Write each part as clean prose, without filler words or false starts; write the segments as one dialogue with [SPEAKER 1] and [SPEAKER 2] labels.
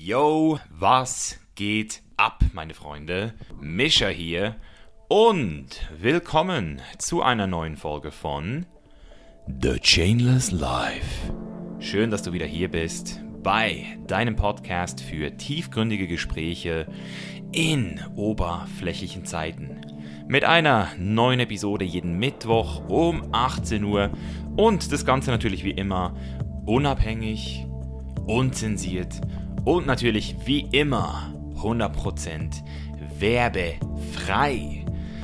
[SPEAKER 1] Yo, was geht ab, meine Freunde? Mischa hier und willkommen zu einer neuen Folge von The Chainless Life. Schön, dass du wieder hier bist bei deinem Podcast für tiefgründige Gespräche in oberflächlichen Zeiten. Mit einer neuen Episode jeden Mittwoch um 18 Uhr und das Ganze natürlich wie immer unabhängig, unzensiert und natürlich wie immer 100% werbefrei.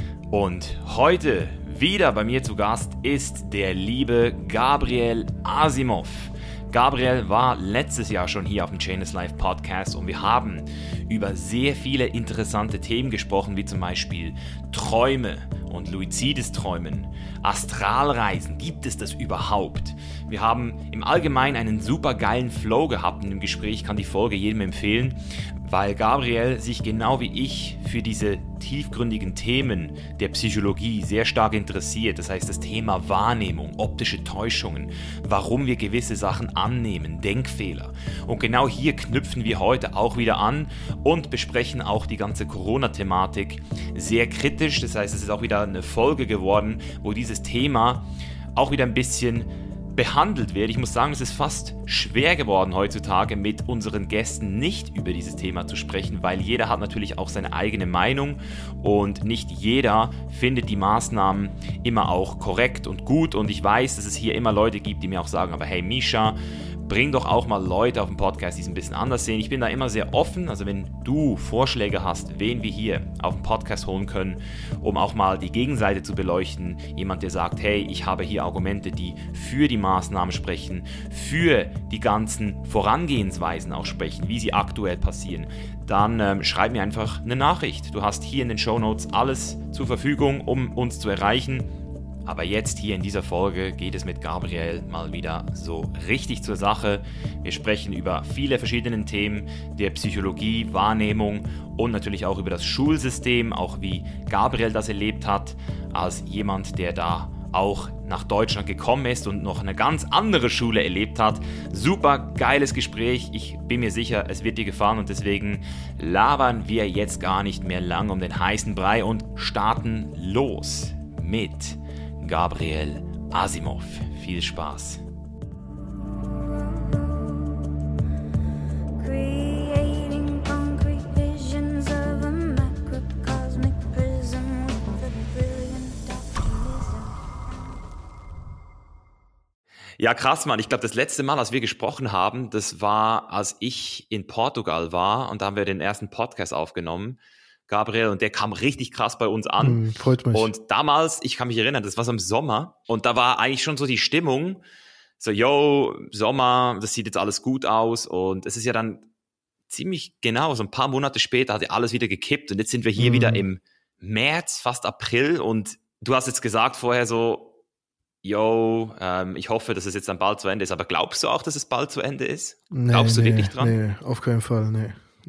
[SPEAKER 1] Und heute wieder bei mir zu Gast ist der liebe Gabriel Asimov. Gabriel war letztes Jahr schon hier auf dem Chainless Life Podcast und wir haben über sehr viele interessante Themen gesprochen, wie zum Beispiel Träume und luzides Träumen, Astralreisen, gibt es das überhaupt? Wir haben im Allgemeinen einen super geilen Flow gehabt in dem Gespräch, ich kann die Folge jedem empfehlen, weil Gabriel sich genau wie ich für diese tiefgründigen Themen der Psychologie sehr stark interessiert. Das heißt, das Thema Wahrnehmung, optische Täuschungen, warum wir gewisse Sachen annehmen, Denkfehler. Und genau hier knüpfen wir heute auch wieder an und besprechen auch die ganze Corona-Thematik sehr kritisch. Das heißt, es ist auch wieder eine Folge geworden, wo dieses Thema auch wieder ein bisschen behandelt wird. Ich muss sagen, es ist fast schwer geworden heutzutage mit unseren Gästen nicht über dieses Thema zu sprechen, weil jeder hat natürlich auch seine eigene Meinung und nicht jeder findet die Maßnahmen immer auch korrekt und gut und ich weiß, dass es hier immer Leute gibt, die mir auch sagen, aber hey Mischa, bring doch auch mal Leute auf den Podcast, die es ein bisschen anders sehen. Ich bin da immer sehr offen, also wenn du Vorschläge hast, wen wir hier auf den Podcast holen können, um auch mal die Gegenseite zu beleuchten, jemand, der sagt, hey, ich habe hier Argumente, die für die Maßnahmen sprechen, für die ganzen Vorangehensweisen auch sprechen, wie sie aktuell passieren, dann schreib mir einfach eine Nachricht. Du hast hier in den Shownotes alles zur Verfügung, um uns zu erreichen. Aber jetzt hier in dieser Folge geht es mit Gabriel mal wieder so richtig zur Sache. Wir sprechen über viele verschiedene Themen der Psychologie, Wahrnehmung und natürlich auch über das Schulsystem, auch wie Gabriel das erlebt hat, als jemand, der da auch nach Deutschland gekommen ist und noch eine ganz andere Schule erlebt hat. Super geiles Gespräch, ich bin mir sicher, es wird dir gefallen und deswegen labern wir jetzt gar nicht mehr lang um den heißen Brei und starten los mit Gabriel Asimov. Viel Spaß. Ja, krass, Mann. Ich glaube, das letzte Mal, als wir gesprochen haben, das war, als ich in Portugal war und da haben wir den ersten Podcast aufgenommen. Gabriel, und der kam richtig krass bei uns an.
[SPEAKER 2] Freut mich.
[SPEAKER 1] Und damals, ich kann mich erinnern, das war so im Sommer und da war eigentlich schon so die Stimmung, so, yo, Sommer, das sieht jetzt alles gut aus und es ist ja dann ziemlich genau, so ein paar Monate später hat ja alles wieder gekippt und jetzt sind wir hier wieder im März, fast April und du hast jetzt gesagt vorher so, yo, ich hoffe, dass es jetzt dann bald zu Ende ist, aber glaubst du auch, dass es bald zu Ende ist? Glaubst du wirklich dran?
[SPEAKER 2] Nee, auf keinen Fall, nee.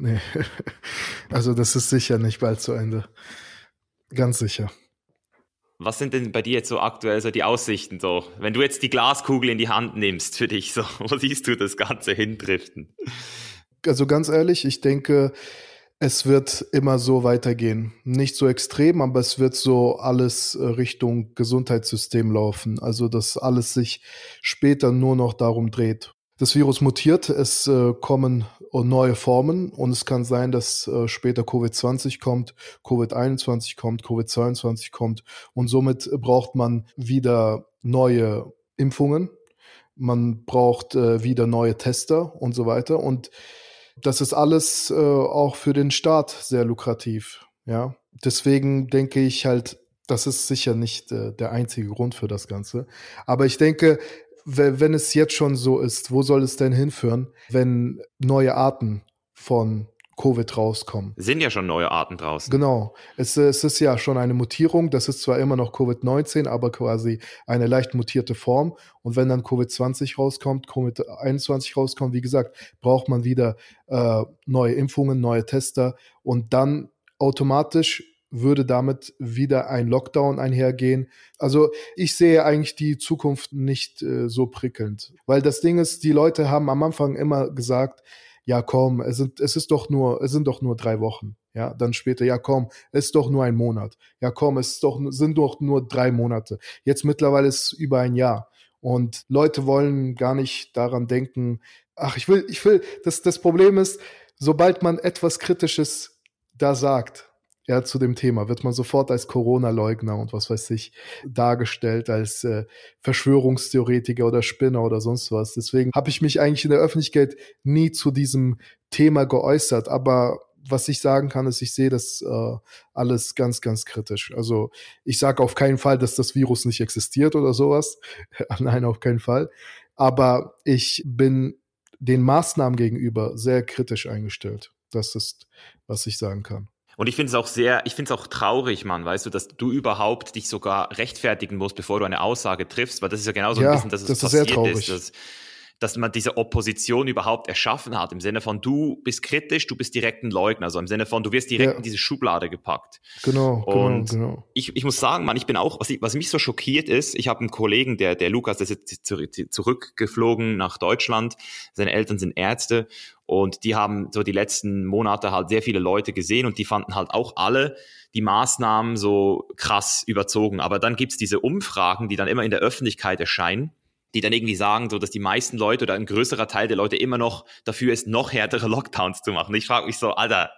[SPEAKER 2] Also das ist sicher nicht bald zu Ende. Ganz sicher.
[SPEAKER 1] Was sind denn bei dir jetzt so aktuell so die Aussichten so? Wenn du jetzt die Glaskugel in die Hand nimmst für dich, so, wo siehst du das Ganze hindriften?
[SPEAKER 2] Also ganz ehrlich, ich denke, es wird immer so weitergehen. Nicht so extrem, aber es wird so alles Richtung Gesundheitssystem laufen. Also dass alles sich später nur noch darum dreht. Das Virus mutiert, es kommen neue Formen und es kann sein, dass später Covid-20 kommt, Covid-21 kommt, Covid-22 kommt und somit braucht man wieder neue Impfungen, man braucht wieder neue Tester und so weiter und das ist alles auch für den Staat sehr lukrativ. Ja? Deswegen denke ich halt, das ist sicher nicht der einzige Grund für das Ganze, aber ich denke, wenn es jetzt schon so ist, wo soll es denn hinführen, wenn neue Arten von Covid rauskommen?
[SPEAKER 1] Sind ja schon neue Arten draußen.
[SPEAKER 2] Genau. Es ist ja schon eine Mutierung. Das ist zwar immer noch Covid-19, aber quasi eine leicht mutierte Form. Und wenn dann Covid-20 rauskommt, Covid-21 rauskommt, wie gesagt, braucht man wieder neue Impfungen, neue Tester. Und dann automatisch würde damit wieder ein Lockdown einhergehen. Also ich sehe eigentlich die Zukunft nicht so prickelnd. Weil das Ding ist, die Leute haben am Anfang immer gesagt, ja komm, es sind doch nur 3 Wochen. Ja, dann später, ja komm, es ist doch nur ein Monat. Ja komm, sind doch nur 3 Monate. Jetzt mittlerweile ist es über ein Jahr. Und Leute wollen gar nicht daran denken, ach, das Problem ist, sobald man etwas Kritisches da sagt, ja, zu dem Thema, wird man sofort als Corona-Leugner und was weiß ich dargestellt, als Verschwörungstheoretiker oder Spinner oder sonst was. Deswegen habe ich mich eigentlich in der Öffentlichkeit nie zu diesem Thema geäußert. Aber was ich sagen kann, ist, ich sehe das alles ganz, ganz kritisch. Also ich sage auf keinen Fall, dass das Virus nicht existiert oder sowas. Nein, auf keinen Fall. Aber ich bin den Maßnahmen gegenüber sehr kritisch eingestellt. Das ist, was ich sagen kann.
[SPEAKER 1] Und ich finde es auch traurig, Mann, weißt du, dass du überhaupt dich sogar rechtfertigen musst, bevor du eine Aussage triffst, weil das ist ja genau so ein bisschen, dass es passiert ist, dass man diese Opposition überhaupt erschaffen hat, im Sinne von, du bist kritisch, du bist direkt ein Leugner, also im Sinne von, du wirst direkt in diese Schublade gepackt.
[SPEAKER 2] Genau.
[SPEAKER 1] Ich muss sagen, Mann, ich bin auch, was mich so schockiert ist, ich habe einen Kollegen, der Lukas, der ist jetzt zurückgeflogen nach Deutschland, seine Eltern sind Ärzte und die haben so die letzten Monate halt sehr viele Leute gesehen und die fanden halt auch alle die Maßnahmen so krass überzogen. Aber dann gibt's diese Umfragen, die dann immer in der Öffentlichkeit erscheinen, die dann irgendwie sagen, so dass die meisten Leute oder ein größerer Teil der Leute immer noch dafür ist, noch härtere Lockdowns zu machen. Ich frage mich so, Alter,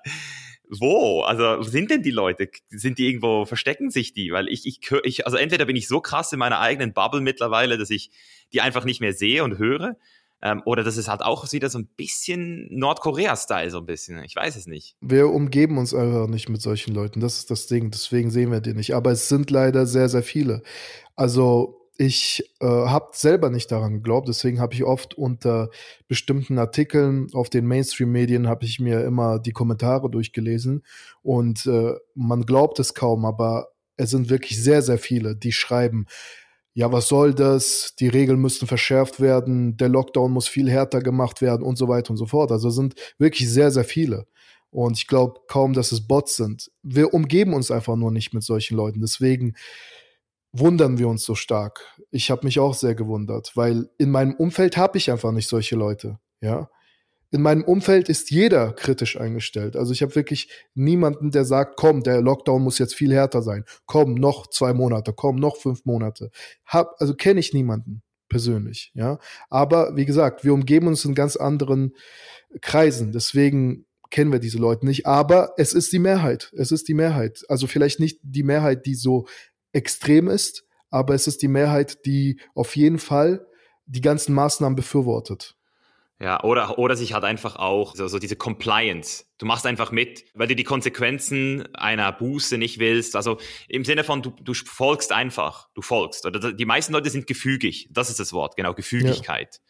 [SPEAKER 1] wo? Also, wo sind denn die Leute? Sind die irgendwo, verstecken sich die? Weil also entweder bin ich so krass in meiner eigenen Bubble mittlerweile, dass ich die einfach nicht mehr sehe und höre, oder das ist halt auch wieder so ein bisschen Nordkorea-Style, so ein bisschen. Ich weiß es nicht.
[SPEAKER 2] Wir umgeben uns einfach nicht mit solchen Leuten. Das ist das Ding. Deswegen sehen wir die nicht. Aber es sind leider sehr, sehr viele. Also ich habe selber nicht daran geglaubt. Deswegen habe ich oft unter bestimmten Artikeln auf den Mainstream-Medien habe ich mir immer die Kommentare durchgelesen. Und man glaubt es kaum, aber es sind wirklich sehr, sehr viele, die schreiben, ja, was soll das? Die Regeln müssten verschärft werden, der Lockdown muss viel härter gemacht werden und so weiter und so fort. Also sind wirklich sehr, sehr viele. Und ich glaube kaum, dass es Bots sind. Wir umgeben uns einfach nur nicht mit solchen Leuten. Deswegen wundern wir uns so stark. Ich habe mich auch sehr gewundert, weil in meinem Umfeld habe ich einfach nicht solche Leute. Ja. In meinem Umfeld ist jeder kritisch eingestellt. Also ich habe wirklich niemanden, der sagt, komm, der Lockdown muss jetzt viel härter sein. Komm, noch 2 Monate, komm, noch 5 Monate. Also kenne ich niemanden persönlich, ja. Aber wie gesagt, wir umgeben uns in ganz anderen Kreisen. Deswegen kennen wir diese Leute nicht. Aber es ist die Mehrheit. Es ist die Mehrheit. Also vielleicht nicht die Mehrheit, die so extrem ist, aber es ist die Mehrheit, die auf jeden Fall die ganzen Maßnahmen befürwortet.
[SPEAKER 1] Ja, oder sich halt einfach auch so diese Compliance. Du machst einfach mit, weil du die Konsequenzen einer Buße nicht willst. Also im Sinne von, du folgst einfach. Du folgst. Oder die meisten Leute sind gefügig. Das ist das Wort, genau, Gefügigkeit.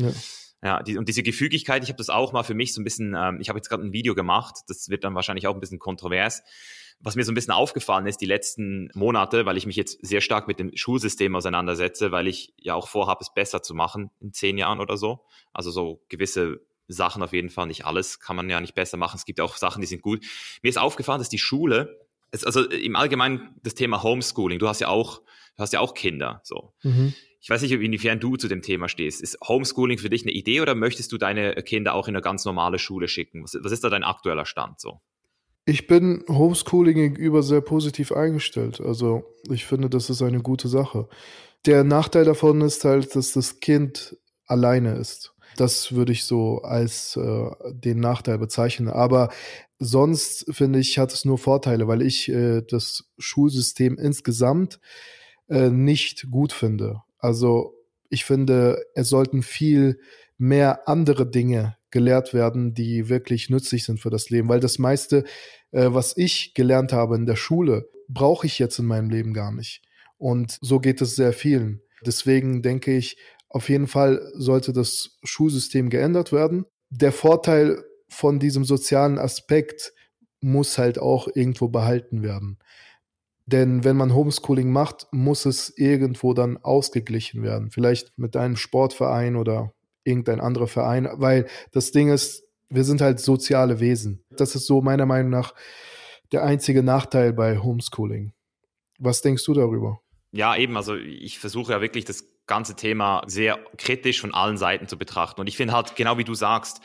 [SPEAKER 1] Ja, und diese Gefügigkeit, ich habe das auch mal für mich so ein bisschen, ich habe jetzt gerade ein Video gemacht, das wird dann wahrscheinlich auch ein bisschen kontrovers. Was mir so ein bisschen aufgefallen ist, die letzten Monate, weil ich mich jetzt sehr stark mit dem Schulsystem auseinandersetze, weil ich ja auch vorhabe, es besser zu machen in 10 Jahren oder so. Also so gewisse Sachen auf jeden Fall, nicht alles kann man ja nicht besser machen. Es gibt auch Sachen, die sind gut. Mir ist aufgefallen, dass die Schule, also im Allgemeinen das Thema Homeschooling, du hast ja auch Kinder, so.
[SPEAKER 2] Mhm.
[SPEAKER 1] Ich weiß nicht, inwiefern du zu dem Thema stehst. Ist Homeschooling für dich eine Idee oder möchtest du deine Kinder auch in eine ganz normale Schule schicken? Was ist da dein aktueller Stand so?
[SPEAKER 2] Ich bin Homeschooling gegenüber sehr positiv eingestellt. Also ich finde, das ist eine gute Sache. Der Nachteil davon ist halt, dass das Kind alleine ist. Das würde ich so als den Nachteil bezeichnen. Aber sonst finde ich, hat es nur Vorteile, weil ich das Schulsystem insgesamt nicht gut finde. Also ich finde, es sollten viel mehr andere Dinge gelehrt werden, die wirklich nützlich sind für das Leben. Weil das meiste, was ich gelernt habe in der Schule, brauche ich jetzt in meinem Leben gar nicht. Und so geht es sehr vielen. Deswegen denke ich, auf jeden Fall sollte das Schulsystem geändert werden. Der Vorteil von diesem sozialen Aspekt muss halt auch irgendwo behalten werden. Denn wenn man Homeschooling macht, muss es irgendwo dann ausgeglichen werden. Vielleicht mit einem Sportverein oder irgendein anderer Verein. Weil das Ding ist, wir sind halt soziale Wesen. Das ist so meiner Meinung nach der einzige Nachteil bei Homeschooling. Was denkst du darüber?
[SPEAKER 1] Ja, eben, also ich versuche ja wirklich das ganze Thema sehr kritisch von allen Seiten zu betrachten. Und ich finde halt, genau wie du sagst,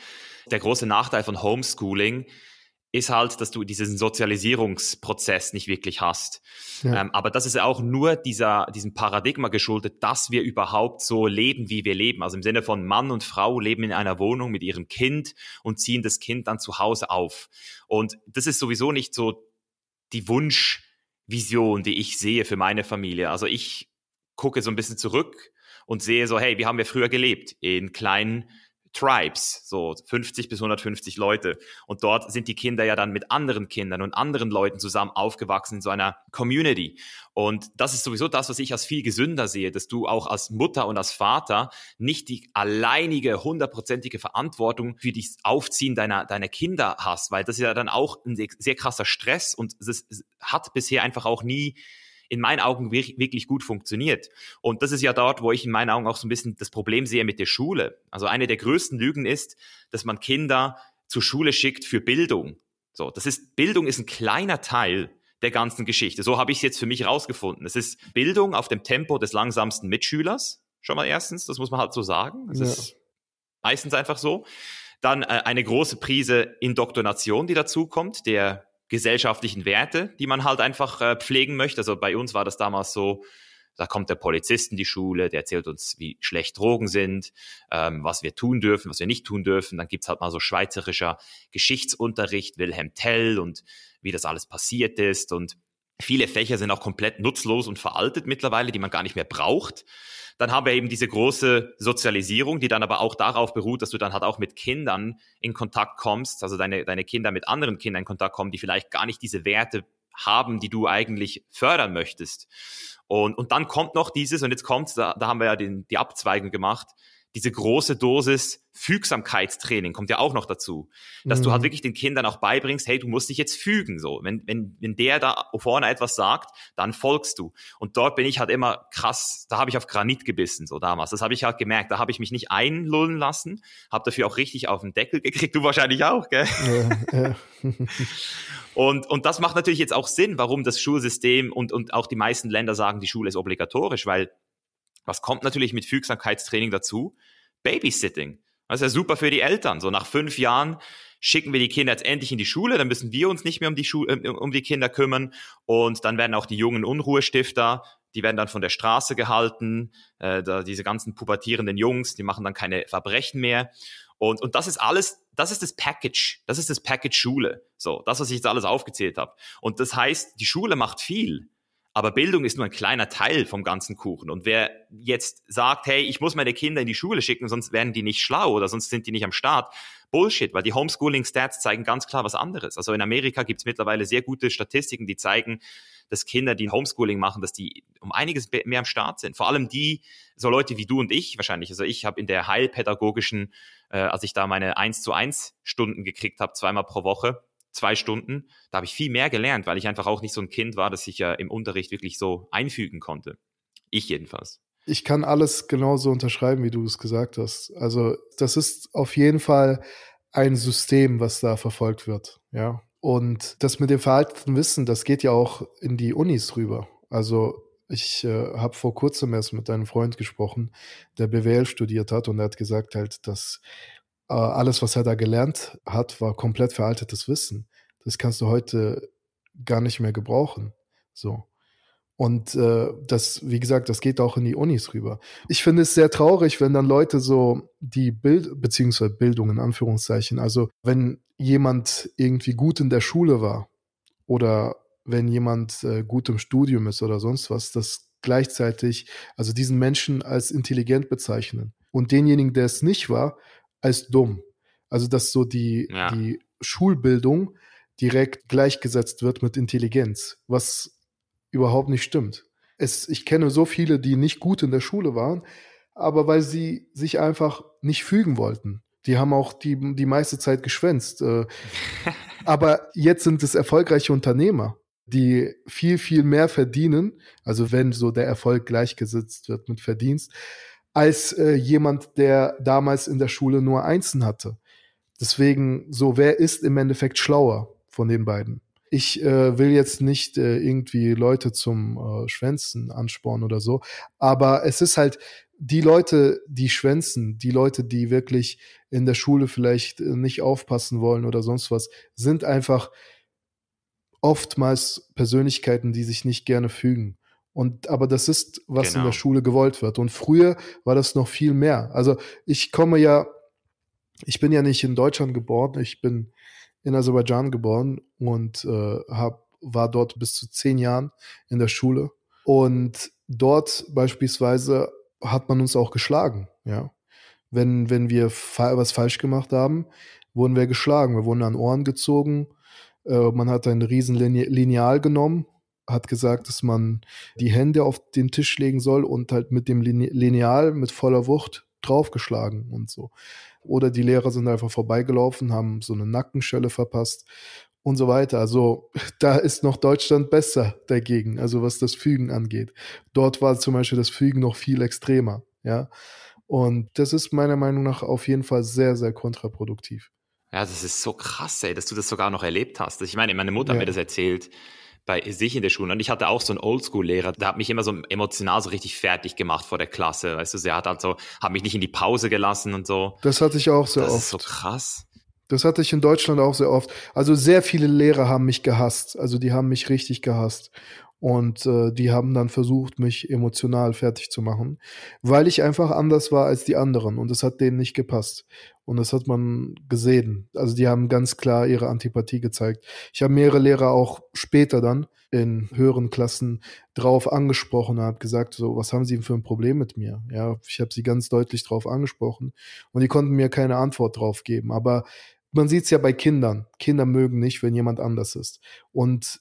[SPEAKER 1] Der große Nachteil von Homeschooling ist halt, dass du diesen Sozialisierungsprozess nicht wirklich hast. Ja. Aber das ist ja auch nur diesem Paradigma geschuldet, dass wir überhaupt so leben, wie wir leben. Also im Sinne von Mann und Frau leben in einer Wohnung mit ihrem Kind und ziehen das Kind dann zu Hause auf. Und das ist sowieso nicht so die Wunschvision, die ich sehe für meine Familie. Also ich gucke so ein bisschen zurück und sehe so, hey, wie haben wir früher gelebt? In kleinen Tribes, so 50 bis 150 Leute. Und dort sind die Kinder ja dann mit anderen Kindern und anderen Leuten zusammen aufgewachsen in so einer Community. Und das ist sowieso das, was ich als viel gesünder sehe, dass du auch als Mutter und als Vater nicht die alleinige, 100%ige Verantwortung für das Aufziehen deiner Kinder hast, weil das ist ja dann auch ein sehr krasser Stress und das hat bisher einfach auch nie in meinen Augen wirklich gut funktioniert. Und das ist ja dort, wo ich in meinen Augen auch so ein bisschen das Problem sehe mit der Schule. Also eine der größten Lügen ist, dass man Kinder zur Schule schickt für Bildung. So, Bildung ist ein kleiner Teil der ganzen Geschichte. So habe ich es jetzt für mich rausgefunden. Es ist Bildung auf dem Tempo des langsamsten Mitschülers. Schon mal erstens, das muss man halt so sagen. Das ist meistens einfach so. Dann eine große Prise Indoktrination, die dazu kommt, der gesellschaftlichen Werte, die man halt einfach pflegen möchte. Also bei uns war das damals so, da kommt der Polizist in die Schule, der erzählt uns, wie schlecht Drogen sind, was wir tun dürfen, was wir nicht tun dürfen. Dann gibt's halt mal so schweizerischer Geschichtsunterricht, Wilhelm Tell und wie das alles passiert ist. Und viele Fächer sind auch komplett nutzlos und veraltet mittlerweile, die man gar nicht mehr braucht. Dann haben wir eben diese große Sozialisierung, die dann aber auch darauf beruht, dass du dann halt auch mit Kindern in Kontakt kommst, also deine Kinder mit anderen Kindern in Kontakt kommen, die vielleicht gar nicht diese Werte haben, die du eigentlich fördern möchtest. Und dann kommt noch dieses, und jetzt kommt's, da haben wir ja die Abzweigung gemacht, diese große Dosis Fügsamkeitstraining kommt ja auch noch dazu, dass du halt wirklich den Kindern auch beibringst, hey, du musst dich jetzt fügen, so. Wenn der da vorne etwas sagt, dann folgst du. Und dort bin ich halt immer krass, da habe ich auf Granit gebissen, so damals. Das habe ich halt gemerkt, da habe ich mich nicht einlullen lassen, habe dafür auch richtig auf den Deckel gekriegt, du wahrscheinlich auch, gell? Ja. Und das macht natürlich jetzt auch Sinn, warum das Schulsystem und auch die meisten Länder sagen, die Schule ist obligatorisch, weil was kommt natürlich mit Fügsamkeitstraining dazu? Babysitting. Das ist ja super für die Eltern. So nach 5 Jahren schicken wir die Kinder jetzt endlich in die Schule, dann müssen wir uns nicht mehr um die Kinder kümmern und dann werden auch die jungen Unruhestifter, die werden dann von der Straße gehalten, diese ganzen pubertierenden Jungs, die machen dann keine Verbrechen mehr und das ist alles, das ist das Package Schule, so, das, was ich jetzt alles aufgezählt habe. Und das heißt, die Schule macht viel. Aber Bildung ist nur ein kleiner Teil vom ganzen Kuchen. Und wer jetzt sagt, hey, ich muss meine Kinder in die Schule schicken, sonst werden die nicht schlau oder sonst sind die nicht am Start. Bullshit, weil die Homeschooling-Stats zeigen ganz klar was anderes. Also in Amerika gibt es mittlerweile sehr gute Statistiken, die zeigen, dass Kinder, die Homeschooling machen, dass die um einiges mehr am Start sind. Vor allem so Leute wie du und ich wahrscheinlich. Also ich habe in der heilpädagogischen, als ich da meine 1:1 Stunden gekriegt habe, 2-mal pro Woche, 2 Stunden, da habe ich viel mehr gelernt, weil ich einfach auch nicht so ein Kind war, das sich ja im Unterricht wirklich so einfügen konnte. Ich jedenfalls.
[SPEAKER 2] Ich kann alles genauso unterschreiben, wie du es gesagt hast. Also das ist auf jeden Fall ein System, was da verfolgt wird, ja. Und das mit dem veralteten Wissen, das geht ja auch in die Unis rüber. Also ich habe vor kurzem erst mit einem Freund gesprochen, der BWL studiert hat und er hat gesagt halt, dass alles, was er da gelernt hat, war komplett veraltetes Wissen. Das kannst du heute gar nicht mehr gebrauchen. So. Und das, wie gesagt, das geht auch in die Unis rüber. Ich finde es sehr traurig, wenn dann Leute so die beziehungsweise Bildung in Anführungszeichen, also wenn jemand irgendwie gut in der Schule war oder wenn jemand gut im Studium ist oder sonst was, das gleichzeitig, also diesen Menschen als intelligent bezeichnen und denjenigen, der es nicht war, als dumm. Also dass so die Schulbildung direkt gleichgesetzt wird mit Intelligenz, was überhaupt nicht stimmt. Ich kenne so viele, die nicht gut in der Schule waren, aber weil sie sich einfach nicht fügen wollten. Die haben auch die meiste Zeit geschwänzt. Aber jetzt sind es erfolgreiche Unternehmer, die viel, viel mehr verdienen, also wenn so der Erfolg gleichgesetzt wird mit Verdienst, als jemand, der damals in der Schule nur Einsen hatte. Deswegen, so, wer ist im Endeffekt schlauer von den beiden? Ich will jetzt nicht irgendwie Leute zum Schwänzen anspornen oder so, aber es ist halt, die Leute, die schwänzen, die Leute, die wirklich in der Schule vielleicht nicht aufpassen wollen oder sonst was, sind einfach oftmals Persönlichkeiten, die sich nicht gerne fügen. Aber das ist, was in der
[SPEAKER 1] Genau.
[SPEAKER 2] Schule gewollt wird. Und früher war das noch viel mehr. Also ich bin ja nicht in Deutschland geboren, ich bin in Aserbaidschan geboren und war dort bis zu 10 Jahren in der Schule. Und dort beispielsweise hat man uns auch geschlagen, ja. Wenn wir was falsch gemacht haben, wurden wir geschlagen. Wir wurden an Ohren gezogen. Man hat ein riesen Lineal genommen, hat gesagt, dass man die Hände auf den Tisch legen soll und halt mit dem Lineal mit voller Wucht draufgeschlagen und so. Oder die Lehrer sind einfach vorbeigelaufen, haben so eine Nackenschelle verpasst und so weiter. Also da ist noch Deutschland besser dagegen, also was das Fügen angeht. Dort war zum Beispiel das Fügen noch viel extremer, ja. Und das ist meiner Meinung nach auf jeden Fall sehr, sehr kontraproduktiv.
[SPEAKER 1] Ja, das ist so krass, ey, dass du das sogar noch erlebt hast. Ich meine, meine Mutter hat
[SPEAKER 2] Ja.
[SPEAKER 1] mir das erzählt bei sich in der Schule. Und ich hatte auch so einen Oldschool-Lehrer, der hat mich immer so emotional so richtig fertig gemacht vor der Klasse. Weißt du, er hat halt so, hat mich nicht in die Pause gelassen und so.
[SPEAKER 2] Das hatte ich auch sehr
[SPEAKER 1] Das
[SPEAKER 2] oft.
[SPEAKER 1] ist so krass.
[SPEAKER 2] Das hatte ich in Deutschland auch sehr oft. Also sehr viele Lehrer haben mich gehasst. Also die haben mich richtig gehasst. Und die haben dann versucht, mich emotional fertig zu machen, weil ich einfach anders war als die anderen. Und das hat denen nicht gepasst. Und das hat man gesehen. Also die haben ganz klar ihre Antipathie gezeigt. Ich habe mehrere Lehrer auch später dann in höheren Klassen drauf angesprochen und habe gesagt, so, was haben Sie denn für ein Problem mit mir? Ja, ich habe sie ganz deutlich drauf angesprochen und die konnten mir keine Antwort drauf geben. Aber man sieht es ja bei Kindern. Kinder mögen nicht, wenn jemand anders ist. Und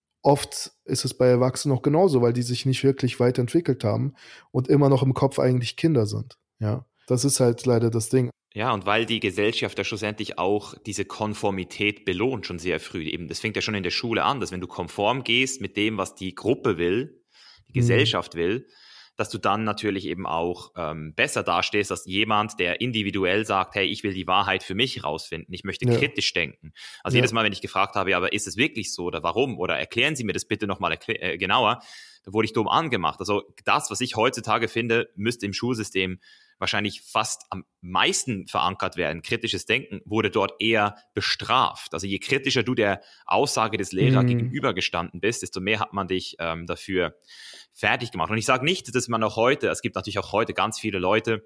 [SPEAKER 2] oft ist es bei Erwachsenen auch genauso, weil die sich nicht wirklich weiterentwickelt haben und immer noch im Kopf eigentlich Kinder sind. Ja, das ist halt leider das Ding.
[SPEAKER 1] Ja, und weil die Gesellschaft ja schlussendlich auch diese Konformität belohnt, schon sehr früh. Eben, das fängt ja schon in der Schule an, dass wenn du konform gehst mit dem, was die Gruppe will, die Gesellschaft will, dass du dann natürlich eben auch besser dastehst als jemand, der individuell sagt, hey, ich will die Wahrheit für mich rausfinden, ich möchte kritisch denken. Also jedes Mal, wenn ich gefragt habe, ja, aber ist es wirklich so oder warum oder erklären Sie mir das bitte nochmal genauer, da wurde ich dumm angemacht. Also das, was ich heutzutage finde, müsste im Schulsystem wahrscheinlich fast am meisten verankert werden. Kritisches Denken wurde dort eher bestraft. Also je kritischer du der Aussage des Lehrers gegenübergestanden bist, desto mehr hat man dich dafür fertig gemacht. Und ich sage nicht, dass man auch heute, es gibt natürlich auch heute ganz viele Leute,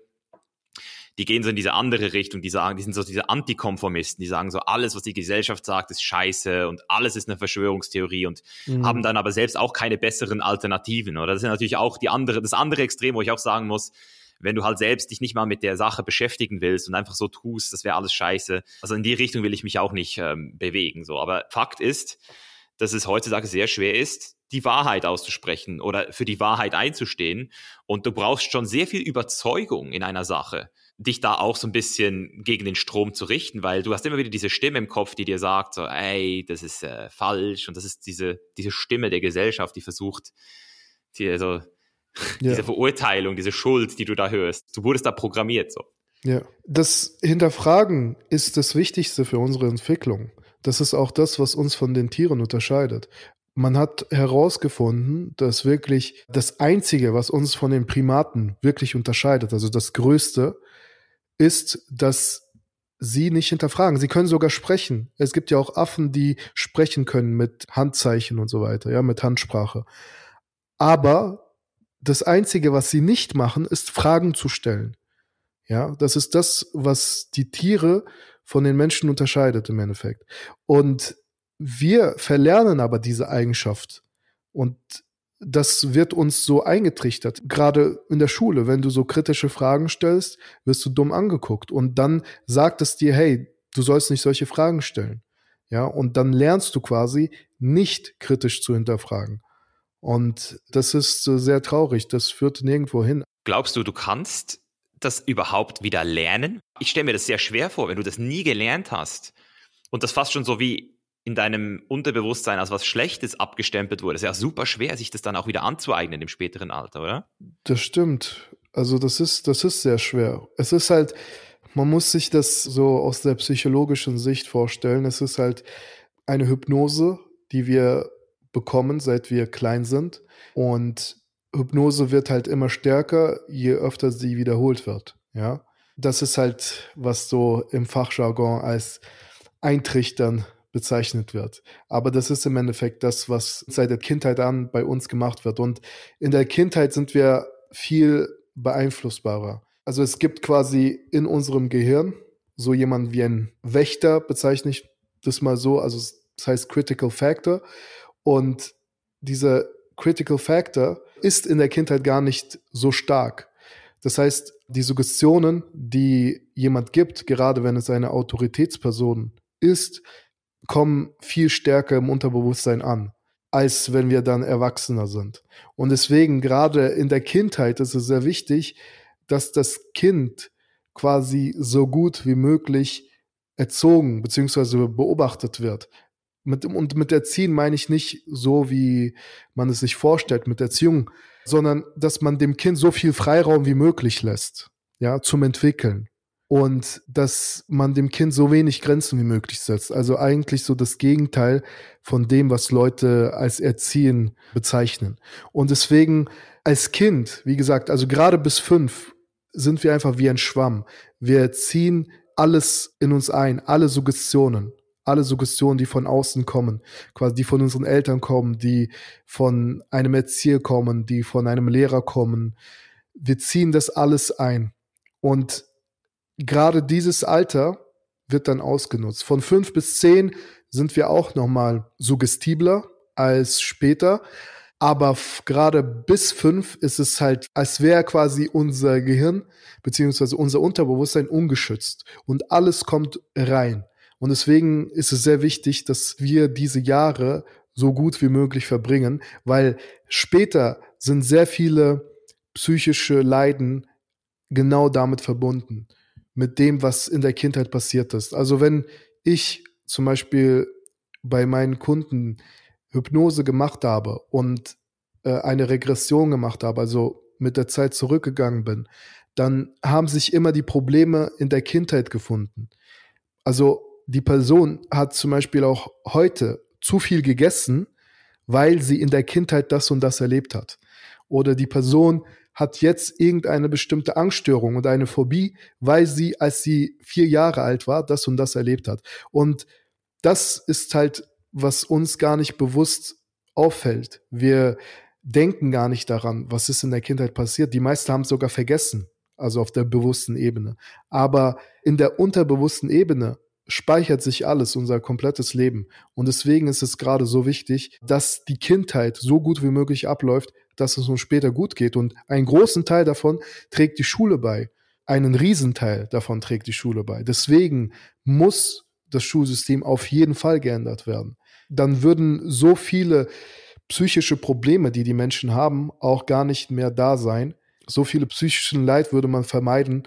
[SPEAKER 1] die gehen so in diese andere Richtung, die sagen, die sind so diese Antikonformisten, die sagen so, alles, was die Gesellschaft sagt, ist scheiße und alles ist eine Verschwörungstheorie und haben dann aber selbst auch keine besseren Alternativen. Oder das ist natürlich auch das andere Extrem, wo ich auch sagen muss, wenn du halt selbst dich nicht mal mit der Sache beschäftigen willst und einfach so tust, das wäre alles scheiße. Also in die Richtung will ich mich auch nicht bewegen. So. Aber Fakt ist, dass es heutzutage sehr schwer ist, die Wahrheit auszusprechen oder für die Wahrheit einzustehen. Und du brauchst schon sehr viel Überzeugung in einer Sache, dich da auch so ein bisschen gegen den Strom zu richten, weil du hast immer wieder diese Stimme im Kopf, die dir sagt, so, ey, das ist falsch. Und das ist diese Stimme der Gesellschaft, die versucht, diese Verurteilung, diese Schuld, die du da hörst. Du wurdest da programmiert, so.
[SPEAKER 2] Ja, das Hinterfragen ist das Wichtigste für unsere Entwicklung. Das ist auch das, was uns von den Tieren unterscheidet. Man hat herausgefunden, dass wirklich das Einzige, was uns von den Primaten wirklich unterscheidet, also das Größte, ist, dass sie nicht hinterfragen. Sie können sogar sprechen. Es gibt ja auch Affen, die sprechen können mit Handzeichen und so weiter, ja, mit Handsprache. Aber das Einzige, was sie nicht machen, ist Fragen zu stellen. Ja, das ist das, was die Tiere von den Menschen unterscheidet im Endeffekt. Und wir verlernen aber diese Eigenschaft. Und das wird uns so eingetrichtert. Gerade in der Schule, wenn du so kritische Fragen stellst, wirst du dumm angeguckt. Und dann sagt es dir, hey, du sollst nicht solche Fragen stellen. Ja, und dann lernst du quasi nicht kritisch zu hinterfragen. Und das ist sehr traurig. Das führt nirgendwo hin.
[SPEAKER 1] Glaubst du, du kannst das überhaupt wieder lernen? Ich stelle mir das sehr schwer vor, wenn du das nie gelernt hast und das fast schon so wie in deinem Unterbewusstsein als was Schlechtes abgestempelt wurde. Es ist ja super schwer, sich das dann auch wieder anzueignen im späteren Alter, oder?
[SPEAKER 2] Das stimmt. Also das ist sehr schwer. Es ist halt, man muss sich das so aus der psychologischen Sicht vorstellen. Es ist halt eine Hypnose, die wir bekommen, seit wir klein sind. Und Hypnose wird halt immer stärker, je öfter sie wiederholt wird. Ja, das ist halt, was so im Fachjargon als Eintrichtern bezeichnet wird. Aber das ist im Endeffekt das, was seit der Kindheit an bei uns gemacht wird. Und in der Kindheit sind wir viel beeinflussbarer. Also es gibt quasi in unserem Gehirn so jemanden wie ein Wächter, bezeichne ich das mal so. Also das heißt Critical Factor. Und dieser Critical Factor ist in der Kindheit gar nicht so stark. Das heißt, die Suggestionen, die jemand gibt, gerade wenn es eine Autoritätsperson ist, kommen viel stärker im Unterbewusstsein an, als wenn wir dann Erwachsener sind. Und deswegen, gerade in der Kindheit ist es sehr wichtig, dass das Kind quasi so gut wie möglich erzogen bzw. beobachtet wird. Und mit Erziehen meine ich nicht so, wie man es sich vorstellt, mit Erziehung, sondern dass man dem Kind so viel Freiraum wie möglich lässt, ja, zum Entwickeln. Und dass man dem Kind so wenig Grenzen wie möglich setzt. Also eigentlich so das Gegenteil von dem, was Leute als Erziehen bezeichnen. Und deswegen als Kind, wie gesagt, also gerade bis 5 sind wir einfach wie ein Schwamm. Wir ziehen alles in uns ein, alle Suggestionen, die von außen kommen, quasi die von unseren Eltern kommen, die von einem Erzieher kommen, die von einem Lehrer kommen. Wir ziehen das alles ein. Und gerade dieses Alter wird dann ausgenutzt. Von 5 bis 10 sind wir auch nochmal suggestibler als später. Aber gerade bis 5 ist es halt, als wäre quasi unser Gehirn beziehungsweise unser Unterbewusstsein ungeschützt. Und alles kommt rein. Und deswegen ist es sehr wichtig, dass wir diese Jahre so gut wie möglich verbringen, weil später sind sehr viele psychische Leiden genau damit verbunden, mit dem, was in der Kindheit passiert ist. Also wenn ich zum Beispiel bei meinen Kunden Hypnose gemacht habe und eine Regression gemacht habe, also mit der Zeit zurückgegangen bin, dann haben sich immer die Probleme in der Kindheit gefunden. Also die Person hat zum Beispiel auch heute zu viel gegessen, weil sie in der Kindheit das und das erlebt hat. Oder die Person hat jetzt irgendeine bestimmte Angststörung und eine Phobie, weil sie, als sie 4 Jahre alt war, das und das erlebt hat. Und das ist halt, was uns gar nicht bewusst auffällt. Wir denken gar nicht daran, was ist in der Kindheit passiert. Die meisten haben es sogar vergessen, also auf der bewussten Ebene. Aber in der unterbewussten Ebene speichert sich alles, unser komplettes Leben. Und deswegen ist es gerade so wichtig, dass die Kindheit so gut wie möglich abläuft, dass es uns später gut geht. Und einen großen Teil davon trägt die Schule bei. Einen Riesenteil davon trägt die Schule bei. Deswegen muss das Schulsystem auf jeden Fall geändert werden. Dann würden so viele psychische Probleme, die die Menschen haben, auch gar nicht mehr da sein. So viele psychischen Leid würde man vermeiden,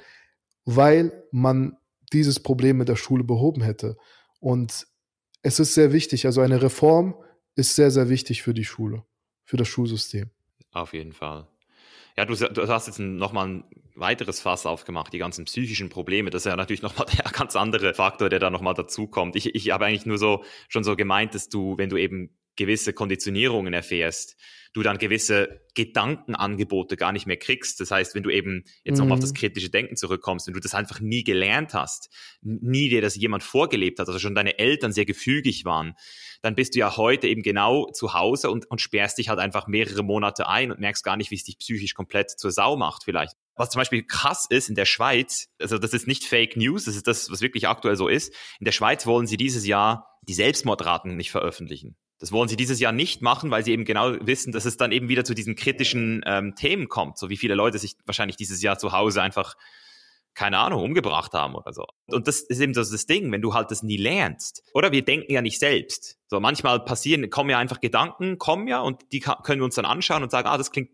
[SPEAKER 2] weil man dieses Problem mit der Schule behoben hätte. Und es ist sehr wichtig, also eine Reform ist sehr, sehr wichtig für die Schule, für das Schulsystem.
[SPEAKER 1] Auf jeden Fall. Ja, du hast jetzt nochmal ein weiteres Fass aufgemacht, die ganzen psychischen Probleme. Das ist ja natürlich nochmal der ganz andere Faktor, der da nochmal dazukommt. Ich habe eigentlich nur schon so gemeint, dass du, wenn du eben gewisse Konditionierungen erfährst, du dann gewisse Gedankenangebote gar nicht mehr kriegst. Das heißt, wenn du eben jetzt nochmal auf das kritische Denken zurückkommst, wenn du das einfach nie gelernt hast, nie dir das jemand vorgelebt hat, also schon deine Eltern sehr gefügig waren, dann bist du ja heute eben genau zu Hause und sperrst dich halt einfach mehrere Monate ein und merkst gar nicht, wie es dich psychisch komplett zur Sau macht vielleicht. Was zum Beispiel krass ist in der Schweiz, also das ist nicht Fake News, das ist das, was wirklich aktuell so ist. In der Schweiz wollen sie dieses Jahr die Selbstmordraten nicht veröffentlichen. Das wollen sie dieses Jahr nicht machen, weil sie eben genau wissen, dass es dann eben wieder zu diesen kritischen Themen kommt. So wie viele Leute sich wahrscheinlich dieses Jahr zu Hause einfach, keine Ahnung, umgebracht haben oder so. Und das ist eben so das Ding, wenn du halt das nie lernst. Oder wir denken ja nicht selbst. So manchmal kommen ja einfach Gedanken, und die können wir uns dann anschauen und sagen,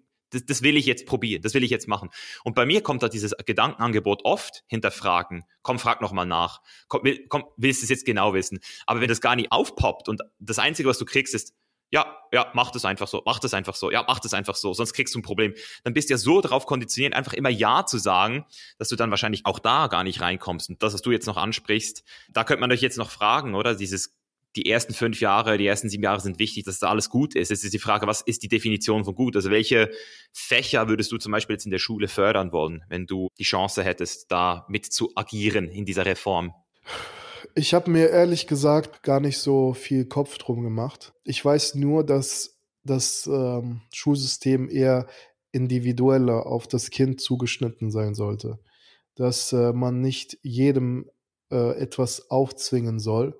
[SPEAKER 1] das will ich jetzt probieren, das will ich jetzt machen. Und bei mir kommt da dieses Gedankenangebot oft hinterfragen. Komm, frag nochmal nach. Willst du es jetzt genau wissen? Aber wenn das gar nicht aufpoppt und das Einzige, was du kriegst, ist, ja, mach das einfach so, ja, mach das einfach so, sonst kriegst du ein Problem. Dann bist du ja so darauf konditioniert, einfach immer Ja zu sagen, dass du dann wahrscheinlich auch da gar nicht reinkommst. Und das, was du jetzt noch ansprichst, da könnte man euch jetzt noch fragen, oder? Dieses die ersten 5 Jahre, die ersten 7 Jahre sind wichtig, dass da alles gut ist. Jetzt ist die Frage, was ist die Definition von gut? Also welche Fächer würdest du zum Beispiel jetzt in der Schule fördern wollen, wenn du die Chance hättest, da mit zu agieren in dieser Reform?
[SPEAKER 2] Ich habe mir ehrlich gesagt gar nicht so viel Kopf drum gemacht. Ich weiß nur, dass das Schulsystem eher individueller auf das Kind zugeschnitten sein sollte. Dass man nicht jedem etwas aufzwingen soll,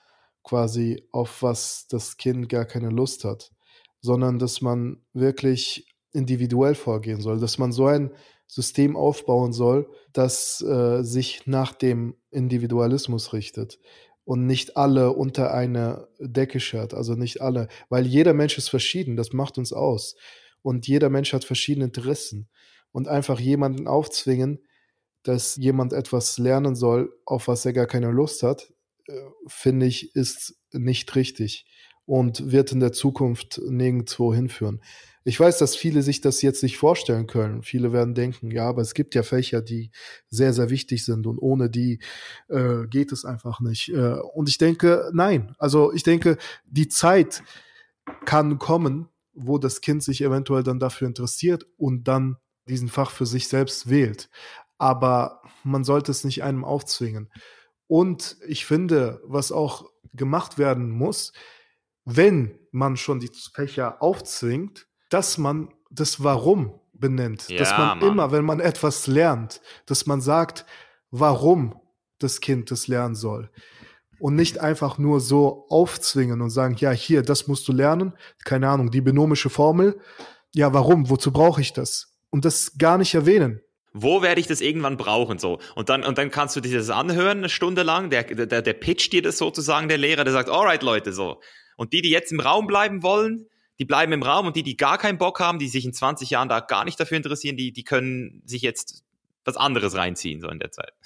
[SPEAKER 2] quasi auf was das Kind gar keine Lust hat, sondern dass man wirklich individuell vorgehen soll, dass man so ein System aufbauen soll, das sich nach dem Individualismus richtet und nicht alle unter eine Decke schert, also nicht alle, weil jeder Mensch ist verschieden, das macht uns aus und jeder Mensch hat verschiedene Interessen und einfach jemanden aufzwingen, dass jemand etwas lernen soll, auf was er gar keine Lust hat, finde ich, ist nicht richtig und wird in der Zukunft nirgendwo hinführen. Ich weiß, dass viele sich das jetzt nicht vorstellen können. Viele werden denken, ja, aber es gibt ja Fächer, die sehr, sehr wichtig sind und ohne die geht es einfach nicht. Und ich denke, nein. Also ich denke, die Zeit kann kommen, wo das Kind sich eventuell dann dafür interessiert und dann diesen Fach für sich selbst wählt. Aber man sollte es nicht einem aufzwingen. Und ich finde, was auch gemacht werden muss, wenn man schon die Fächer aufzwingt, dass man das Warum benennt.
[SPEAKER 1] Ja,
[SPEAKER 2] dass man
[SPEAKER 1] Mann.
[SPEAKER 2] immer, wenn man etwas lernt, dass man sagt, warum das Kind das lernen soll. Und nicht einfach nur so aufzwingen und sagen, ja, hier, das musst du lernen. Keine Ahnung, die binomische Formel. Ja, warum? Wozu brauche ich das? Und das gar nicht erwähnen.
[SPEAKER 1] Wo werde ich das irgendwann brauchen? So. Und dann kannst du dir das anhören, eine Stunde lang, der pitcht dir das sozusagen, der Lehrer, der sagt, alright Leute, so. Und die jetzt im Raum bleiben wollen, die bleiben im Raum und die gar keinen Bock haben, die sich in 20 Jahren da gar nicht dafür interessieren, die können sich jetzt was anderes reinziehen, so in der Zeit.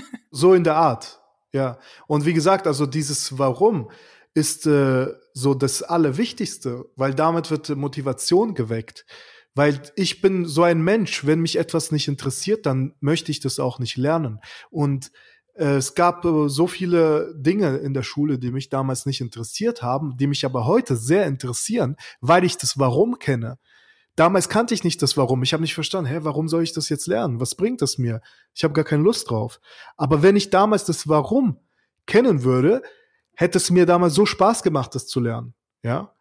[SPEAKER 2] So in der Art, ja. Und wie gesagt, also dieses Warum ist so das Allerwichtigste, weil damit wird Motivation geweckt. Weil ich bin so ein Mensch, wenn mich etwas nicht interessiert, dann möchte ich das auch nicht lernen. Und es gab so viele Dinge in der Schule, die mich damals nicht interessiert haben, die mich aber heute sehr interessieren, weil ich das Warum kenne. Damals kannte ich nicht das Warum. Ich habe nicht verstanden, warum soll ich das jetzt lernen? Was bringt das mir? Ich habe gar keine Lust drauf. Aber wenn ich damals das Warum kennen würde, hätte es mir damals so Spaß gemacht, das zu lernen. Ja?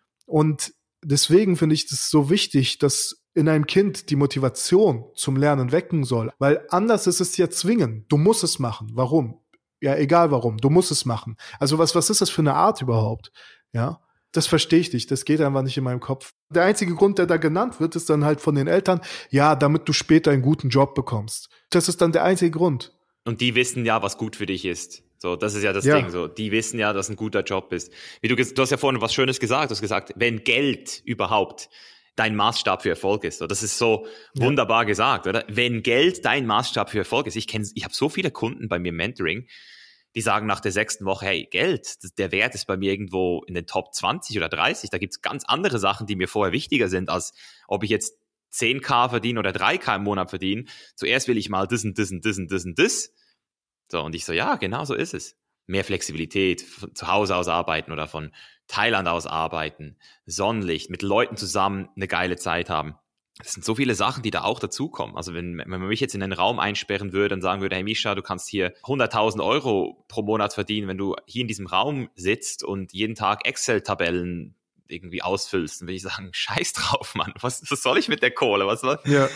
[SPEAKER 2] Und deswegen finde ich das so wichtig, dass in einem Kind die Motivation zum Lernen wecken soll. Weil anders ist es ja zwingen. Du musst es machen. Warum? Ja, egal warum. Du musst es machen. Also was ist das für eine Art überhaupt? Ja, das verstehe ich nicht. Das geht einfach nicht in meinem Kopf. Der einzige Grund, der da genannt wird, ist dann halt von den Eltern, ja, damit du später einen guten Job bekommst. Das ist dann der einzige Grund.
[SPEAKER 1] Und die wissen ja, was gut für dich ist. So, das ist ja das Ding. So, die wissen ja, dass ein guter Job ist. Du hast ja vorhin was Schönes gesagt. Du hast gesagt, wenn Geld überhaupt dein Maßstab für Erfolg ist. So, das ist so wunderbar gesagt, oder? Wenn Geld dein Maßstab für Erfolg ist. Ich habe so viele Kunden bei mir im Mentoring, die sagen nach der 6. Woche, hey, Geld, der Wert ist bei mir irgendwo in den Top 20 oder 30. Da gibt's ganz andere Sachen, die mir vorher wichtiger sind, als ob ich jetzt 10.000 verdiene oder 3.000 im Monat verdiene. Zuerst will ich mal das und das und das und das und das. So, und ich so, ja, genau so ist es. Mehr Flexibilität, von zu Hause aus arbeiten oder von Thailand aus arbeiten, Sonnenlicht, mit Leuten zusammen eine geile Zeit haben. Das sind so viele Sachen, die da auch dazukommen. Also wenn man mich jetzt in einen Raum einsperren würde und sagen würde, hey Mischa, du kannst hier 100.000 Euro pro Monat verdienen, wenn du hier in diesem Raum sitzt und jeden Tag Excel-Tabellen irgendwie ausfüllst, dann würde ich sagen, scheiß drauf, Mann. Was soll ich mit der Kohle?
[SPEAKER 2] Ja,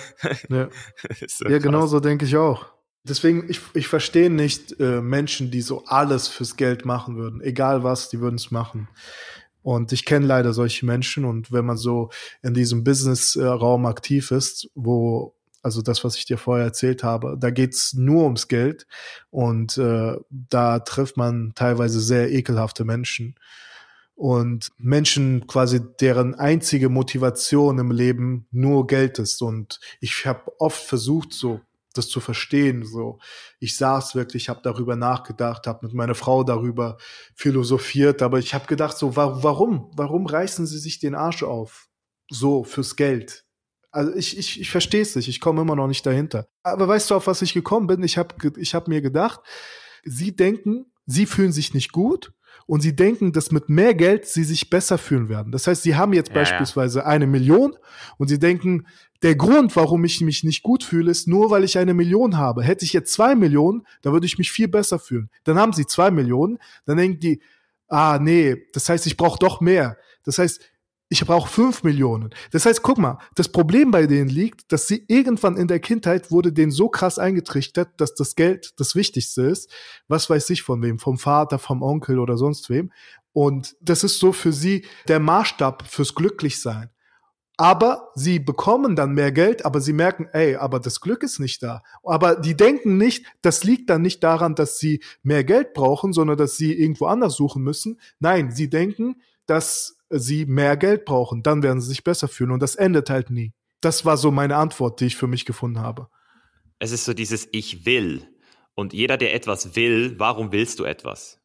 [SPEAKER 2] so ja, genau so denke ich auch. Deswegen, ich verstehe nicht Menschen, die so alles fürs Geld machen würden. Egal was, die würden es machen. Und ich kenne leider solche Menschen. Und wenn man so in diesem Business-Raum aktiv ist, also das, was ich dir vorher erzählt habe, da geht's nur ums Geld. Und da trifft man teilweise sehr ekelhafte Menschen. Und Menschen quasi, deren einzige Motivation im Leben nur Geld ist. Und ich habe oft versucht, so das zu verstehen. So, ich saß wirklich, habe darüber nachgedacht, habe mit meiner Frau darüber philosophiert, aber ich habe gedacht, so, warum reißen sie sich den Arsch auf? So, fürs Geld. Also ich verstehe es nicht, ich komme immer noch nicht dahinter. Aber weißt du, auf was ich gekommen bin? Ich hab mir gedacht, sie denken, sie fühlen sich nicht gut und sie denken, dass mit mehr Geld sie sich besser fühlen werden. Das heißt, sie haben jetzt beispielsweise 1 Million und sie denken, der Grund, warum ich mich nicht gut fühle, ist nur, weil ich 1 Million habe. Hätte ich jetzt 2 Millionen, dann würde ich mich viel besser fühlen. Dann haben sie 2 Millionen, dann denken die, nee, das heißt, ich brauche doch mehr. Das heißt, ich brauche 5 Millionen. Das heißt, guck mal, das Problem bei denen liegt, dass sie irgendwann in der Kindheit wurde denen so krass eingetrichtert, dass das Geld das Wichtigste ist. Was weiß ich von wem, vom Vater, vom Onkel oder sonst wem. Und das ist so für sie der Maßstab fürs Glücklichsein. Aber sie bekommen dann mehr Geld, aber sie merken, aber das Glück ist nicht da. Aber die denken nicht, das liegt dann nicht daran, dass sie mehr Geld brauchen, sondern dass sie irgendwo anders suchen müssen. Nein, sie denken, dass sie mehr Geld brauchen, dann werden sie sich besser fühlen und das endet halt nie. Das war so meine Antwort, die ich für mich gefunden habe.
[SPEAKER 1] Es ist so dieses Ich will. Und jeder, der etwas will, warum willst du etwas?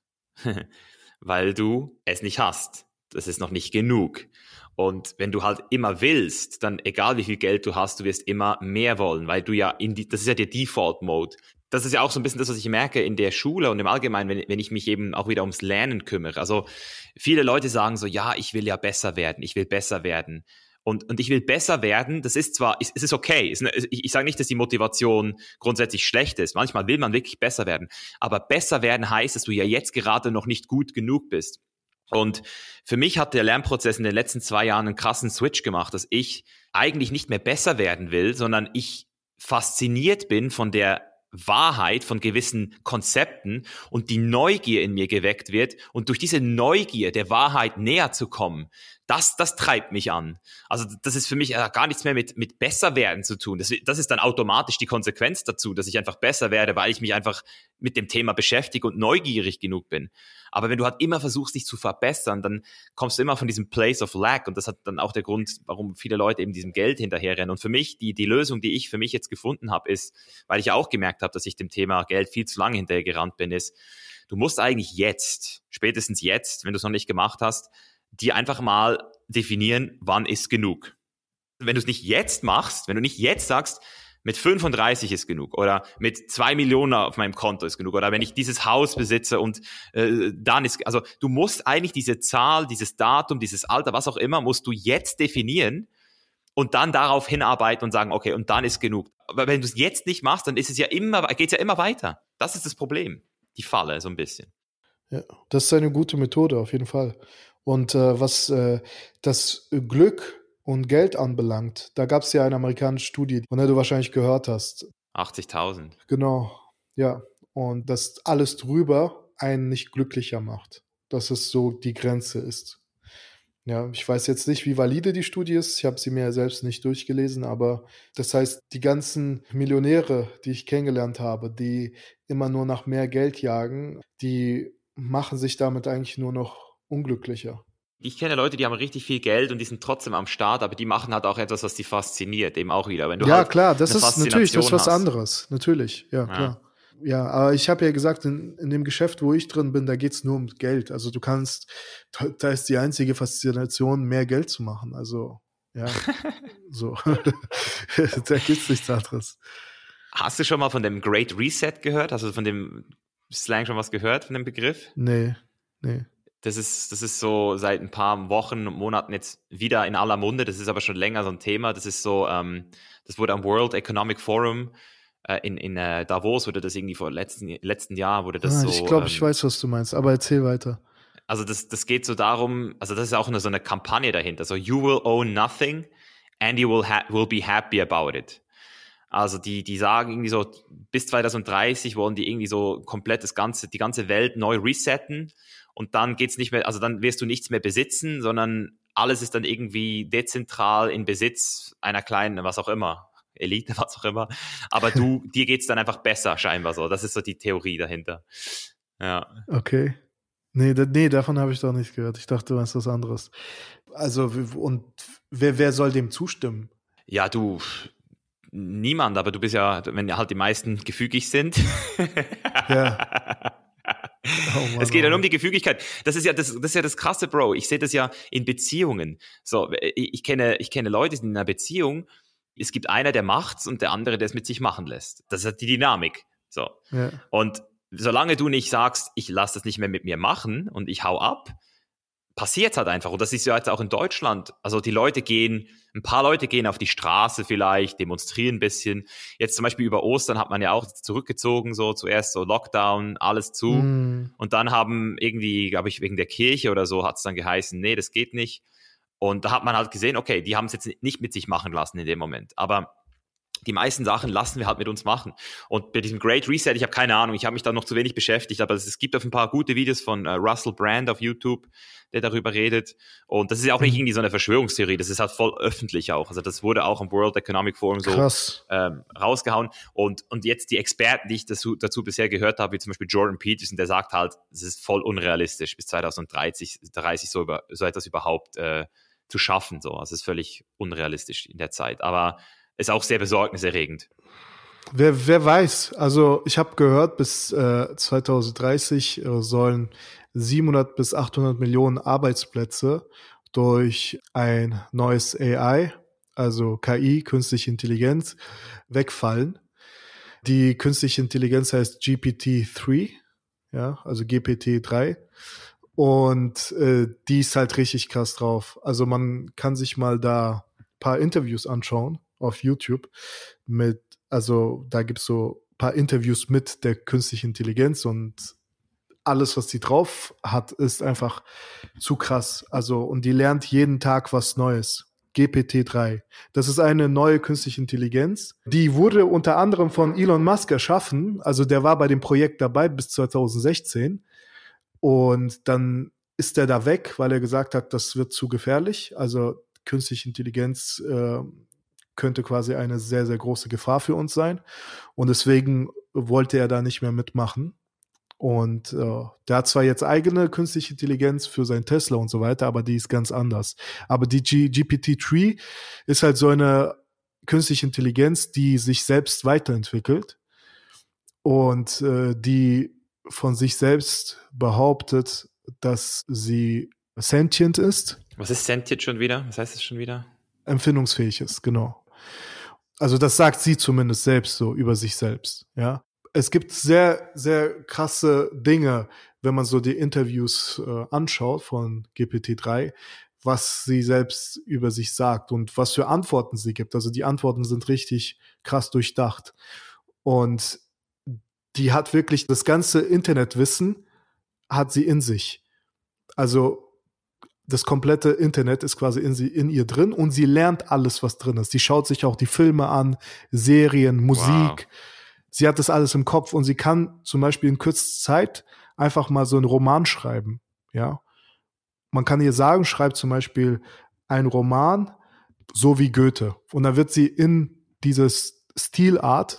[SPEAKER 1] Weil du es nicht hast. Das ist noch nicht genug. Und wenn du halt immer willst, dann egal wie viel Geld du hast, du wirst immer mehr wollen, weil du ja das ist ja der Default-Mode. Das ist ja auch so ein bisschen das, was ich merke in der Schule und im Allgemeinen, wenn ich mich eben auch wieder ums Lernen kümmere. Also viele Leute sagen so, ja, ich will ja besser werden, ich will besser werden. Und ich will besser werden, das ist zwar, es ist okay. Ich sage nicht, dass die Motivation grundsätzlich schlecht ist. Manchmal will man wirklich besser werden. Aber besser werden heißt, dass du ja jetzt gerade noch nicht gut genug bist. Und für mich hat der Lernprozess in den letzten 2 Jahren einen krassen Switch gemacht, dass ich eigentlich nicht mehr besser werden will, sondern ich fasziniert bin von der Wahrheit, von gewissen Konzepten und die Neugier in mir geweckt wird und durch diese Neugier der Wahrheit näher zu kommen, das treibt mich an. Also das ist für mich gar nichts mehr mit besser werden zu tun. Das ist dann automatisch die Konsequenz dazu, dass ich einfach besser werde, weil ich mich einfach mit dem Thema beschäftige und neugierig genug bin. Aber wenn du halt immer versuchst, dich zu verbessern, dann kommst du immer von diesem Place of Lack und das hat dann auch der Grund, warum viele Leute eben diesem Geld hinterherrennen. Und für mich, die Lösung, die ich für mich jetzt gefunden habe, ist, weil ich ja auch gemerkt habe, dass ich dem Thema Geld viel zu lange hinterhergerannt bin, ist, du musst eigentlich jetzt, spätestens jetzt, wenn du es noch nicht gemacht hast, dir einfach mal definieren, wann ist genug. Wenn du es nicht jetzt machst, wenn du nicht jetzt sagst, mit 35 ist genug oder mit 2 Millionen auf meinem Konto ist genug oder wenn ich dieses Haus besitze und dann ist, also du musst eigentlich diese Zahl, dieses Datum, dieses Alter, was auch immer, musst du jetzt definieren und dann darauf hinarbeiten und sagen, okay, und dann ist genug. Aber wenn du es jetzt nicht machst, dann ist es ja geht's ja immer weiter. Das ist das Problem. Die Falle so ein bisschen.
[SPEAKER 2] Ja, das ist eine gute Methode, auf jeden Fall. Und was das Glück und Geld anbelangt, da gab es ja eine amerikanische Studie, von der du wahrscheinlich gehört hast.
[SPEAKER 1] 80.000.
[SPEAKER 2] Genau, ja. Und dass alles drüber einen nicht glücklicher macht. Dass es so die Grenze ist. Ja, ich weiß jetzt nicht, wie valide die Studie ist. Ich habe sie mir ja selbst nicht durchgelesen, aber das heißt, die ganzen Millionäre, die ich kennengelernt habe, die immer nur nach mehr Geld jagen, die machen sich damit eigentlich nur noch unglücklicher.
[SPEAKER 1] Ich kenne Leute, die haben richtig viel Geld und die sind trotzdem am Start, aber die machen halt auch etwas, was die fasziniert, eben auch wieder. Wenn du halt
[SPEAKER 2] klar, das
[SPEAKER 1] eine
[SPEAKER 2] ist natürlich das ist was
[SPEAKER 1] hast.
[SPEAKER 2] anderes. Natürlich, ja, klar. Ja, aber ich habe ja gesagt, in dem Geschäft, wo ich drin bin, da geht's nur um Geld. Also du kannst, da ist die einzige Faszination, mehr Geld zu machen. Also, ja, so. Da gibt's nichts anderes.
[SPEAKER 1] Hast du schon mal von dem Great Reset gehört? Hast du von dem Slang schon was gehört, von dem Begriff?
[SPEAKER 2] Nee.
[SPEAKER 1] Das ist so seit ein paar Wochen und Monaten jetzt wieder in aller Munde. Das ist aber schon länger so ein Thema. Das ist so, das wurde am World Economic Forum in Davos, wurde das irgendwie vor letzten Jahr, wurde das so.
[SPEAKER 2] Ich glaube, ich weiß, was du meinst, aber erzähl weiter.
[SPEAKER 1] Also das geht so darum, also das ist auch so eine Kampagne dahinter. So, you will own nothing and you will be happy about it. Also die sagen irgendwie so, bis 2030 wollen die irgendwie so komplett die ganze Welt neu resetten und dann geht's nicht mehr, also dann wirst du nichts mehr besitzen, sondern alles ist dann irgendwie dezentral in Besitz einer kleinen, was auch immer, Elite, was auch immer. Aber dir geht's dann einfach besser, scheinbar so. Das ist so die Theorie dahinter. Ja.
[SPEAKER 2] Okay. Nee, davon habe ich doch nicht gehört. Ich dachte, du meinst was anderes. Also, und wer soll dem zustimmen?
[SPEAKER 1] Ja, niemand, aber du bist ja, wenn halt die meisten gefügig sind.
[SPEAKER 2] Ja. Oh Mann,
[SPEAKER 1] es geht ja nur um die Gefügigkeit. Das ist ja das Krasse, Bro. Ich sehe das ja in Beziehungen. So, ich kenne Leute, die sind in einer Beziehung. Es gibt einer, der macht's und der andere, der es mit sich machen lässt. Das ist die Dynamik. So.
[SPEAKER 2] Ja.
[SPEAKER 1] Und solange du nicht sagst, ich lasse das nicht mehr mit mir machen und ich hau ab, passiert halt einfach. Und das ist ja jetzt auch in Deutschland. Also ein paar Leute gehen auf die Straße vielleicht, demonstrieren ein bisschen. Jetzt zum Beispiel über Ostern hat man ja auch zurückgezogen, so zuerst so Lockdown, alles zu. Und dann haben irgendwie, glaube ich, wegen der Kirche oder so hat es dann geheißen, nee, das geht nicht. Und da hat man halt gesehen, okay, die haben es jetzt nicht mit sich machen lassen in dem Moment. Aber die meisten Sachen lassen wir halt mit uns machen. Und bei diesem Great Reset, ich habe keine Ahnung, ich habe mich da noch zu wenig beschäftigt, aber es gibt auf ein paar gute Videos von Russell Brand auf YouTube, der darüber redet. Und das ist ja auch nicht irgendwie so eine Verschwörungstheorie, das ist halt voll öffentlich auch. Also das wurde auch am World Economic Forum so rausgehauen. Und jetzt die Experten, die ich dazu bisher gehört habe, wie zum Beispiel Jordan Peterson, der sagt halt, es ist voll unrealistisch, bis 2030 so etwas überhaupt zu schaffen. So. Also es ist völlig unrealistisch in der Zeit. Aber ist auch sehr besorgniserregend.
[SPEAKER 2] Wer weiß, also ich habe gehört, bis 2030 sollen 700 bis 800 Millionen Arbeitsplätze durch ein neues AI, also KI, künstliche Intelligenz, wegfallen. Die künstliche Intelligenz heißt GPT-3, ja, also GPT-3. Und die ist halt richtig krass drauf. Also man kann sich mal da ein paar Interviews anschauen auf YouTube also da gibt's so ein paar Interviews mit der künstlichen Intelligenz und alles, was die drauf hat, ist einfach zu krass. Also, und die lernt jeden Tag was Neues. GPT-3. Das ist eine neue künstliche Intelligenz. Die wurde unter anderem von Elon Musk erschaffen. Also der war bei dem Projekt dabei bis 2016. Und dann ist er da weg, weil er gesagt hat, das wird zu gefährlich. Also künstliche Intelligenz könnte quasi eine sehr, sehr große Gefahr für uns sein. Und deswegen wollte er da nicht mehr mitmachen. Und der hat zwar jetzt eigene künstliche Intelligenz für sein Tesla und so weiter, aber die ist ganz anders. Aber die GPT-3 ist halt so eine künstliche Intelligenz, die sich selbst weiterentwickelt und die von sich selbst behauptet, dass sie sentient ist.
[SPEAKER 1] Was ist sentient schon wieder? Was heißt das schon wieder?
[SPEAKER 2] Empfindungsfähig ist, genau. Also das sagt sie zumindest selbst so über sich selbst, ja. Es gibt sehr, sehr krasse Dinge, wenn man so die Interviews anschaut von GPT-3, was sie selbst über sich sagt und was für Antworten sie gibt. Also die Antworten sind richtig krass durchdacht. Und die hat wirklich das ganze Internetwissen hat sie in sich. Also das komplette Internet ist quasi in ihr drin und sie lernt alles, was drin ist. Sie schaut sich auch die Filme an, Serien, Musik. Wow. Sie hat das alles im Kopf und sie kann zum Beispiel in kürzester Zeit einfach mal so einen Roman schreiben. Ja, man kann ihr sagen, schreibt zum Beispiel einen Roman, so wie Goethe. Und dann wird sie in dieses Stilart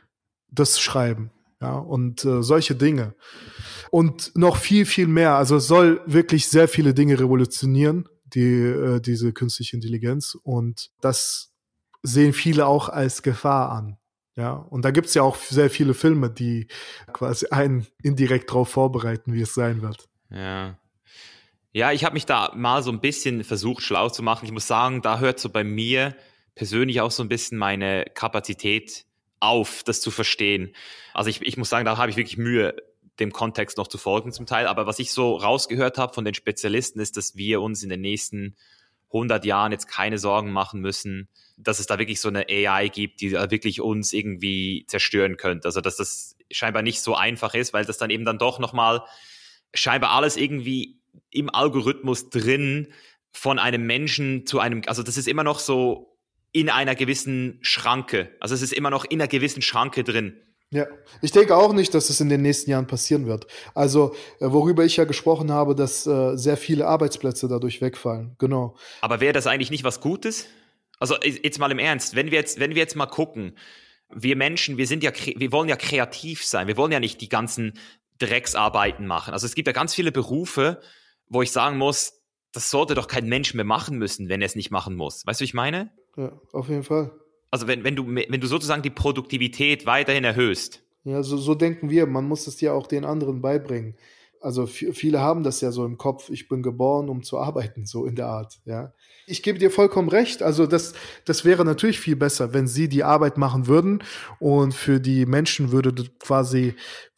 [SPEAKER 2] das schreiben. Ja, und solche Dinge. Und noch viel, viel mehr. Also es soll wirklich sehr viele Dinge revolutionieren, diese künstliche Intelligenz. Und das sehen viele auch als Gefahr an. Ja, und da gibt's ja auch sehr viele Filme, die quasi einen indirekt darauf vorbereiten, wie es sein wird.
[SPEAKER 1] Ja. Ja, ich habe mich da mal so ein bisschen versucht, schlau zu machen. Ich muss sagen, da hört so bei mir persönlich auch so ein bisschen meine Kapazität auf, das zu verstehen. Also ich muss sagen, da habe ich wirklich Mühe, dem Kontext noch zu folgen zum Teil. Aber was ich so rausgehört habe von den Spezialisten ist, dass wir uns in den nächsten 100 Jahren jetzt keine Sorgen machen müssen, dass es da wirklich so eine AI gibt, die da wirklich uns irgendwie zerstören könnte. Also dass das scheinbar nicht so einfach ist, weil das dann eben dann doch nochmal scheinbar alles irgendwie im Algorithmus drin von einem Menschen zu einem, also das ist immer noch so in einer gewissen Schranke. Also es ist immer noch in einer gewissen Schranke drin.
[SPEAKER 2] Ja, ich denke auch nicht, dass es in den nächsten Jahren passieren wird. Also, worüber ich ja gesprochen habe, dass sehr viele Arbeitsplätze dadurch wegfallen. Genau.
[SPEAKER 1] Aber wäre das eigentlich nicht was Gutes? Also jetzt mal im Ernst, wenn wir jetzt mal gucken, wir Menschen, wir wollen ja kreativ sein. Wir wollen ja nicht die ganzen Drecksarbeiten machen. Also es gibt ja ganz viele Berufe, wo ich sagen muss, das sollte doch kein Mensch mehr machen müssen, wenn er es nicht machen muss. Weißt du, wie ich meine?
[SPEAKER 2] Ja, auf jeden Fall.
[SPEAKER 1] Also wenn du sozusagen die Produktivität weiterhin erhöhst.
[SPEAKER 2] Ja, so denken wir. Man muss es ja auch den anderen beibringen. also viele haben das ja so im Kopf, ich bin geboren, um zu arbeiten, so in der Art, ja. Ich gebe dir vollkommen recht, also das wäre natürlich viel besser, wenn sie die Arbeit machen würden und für die Menschen würden quasi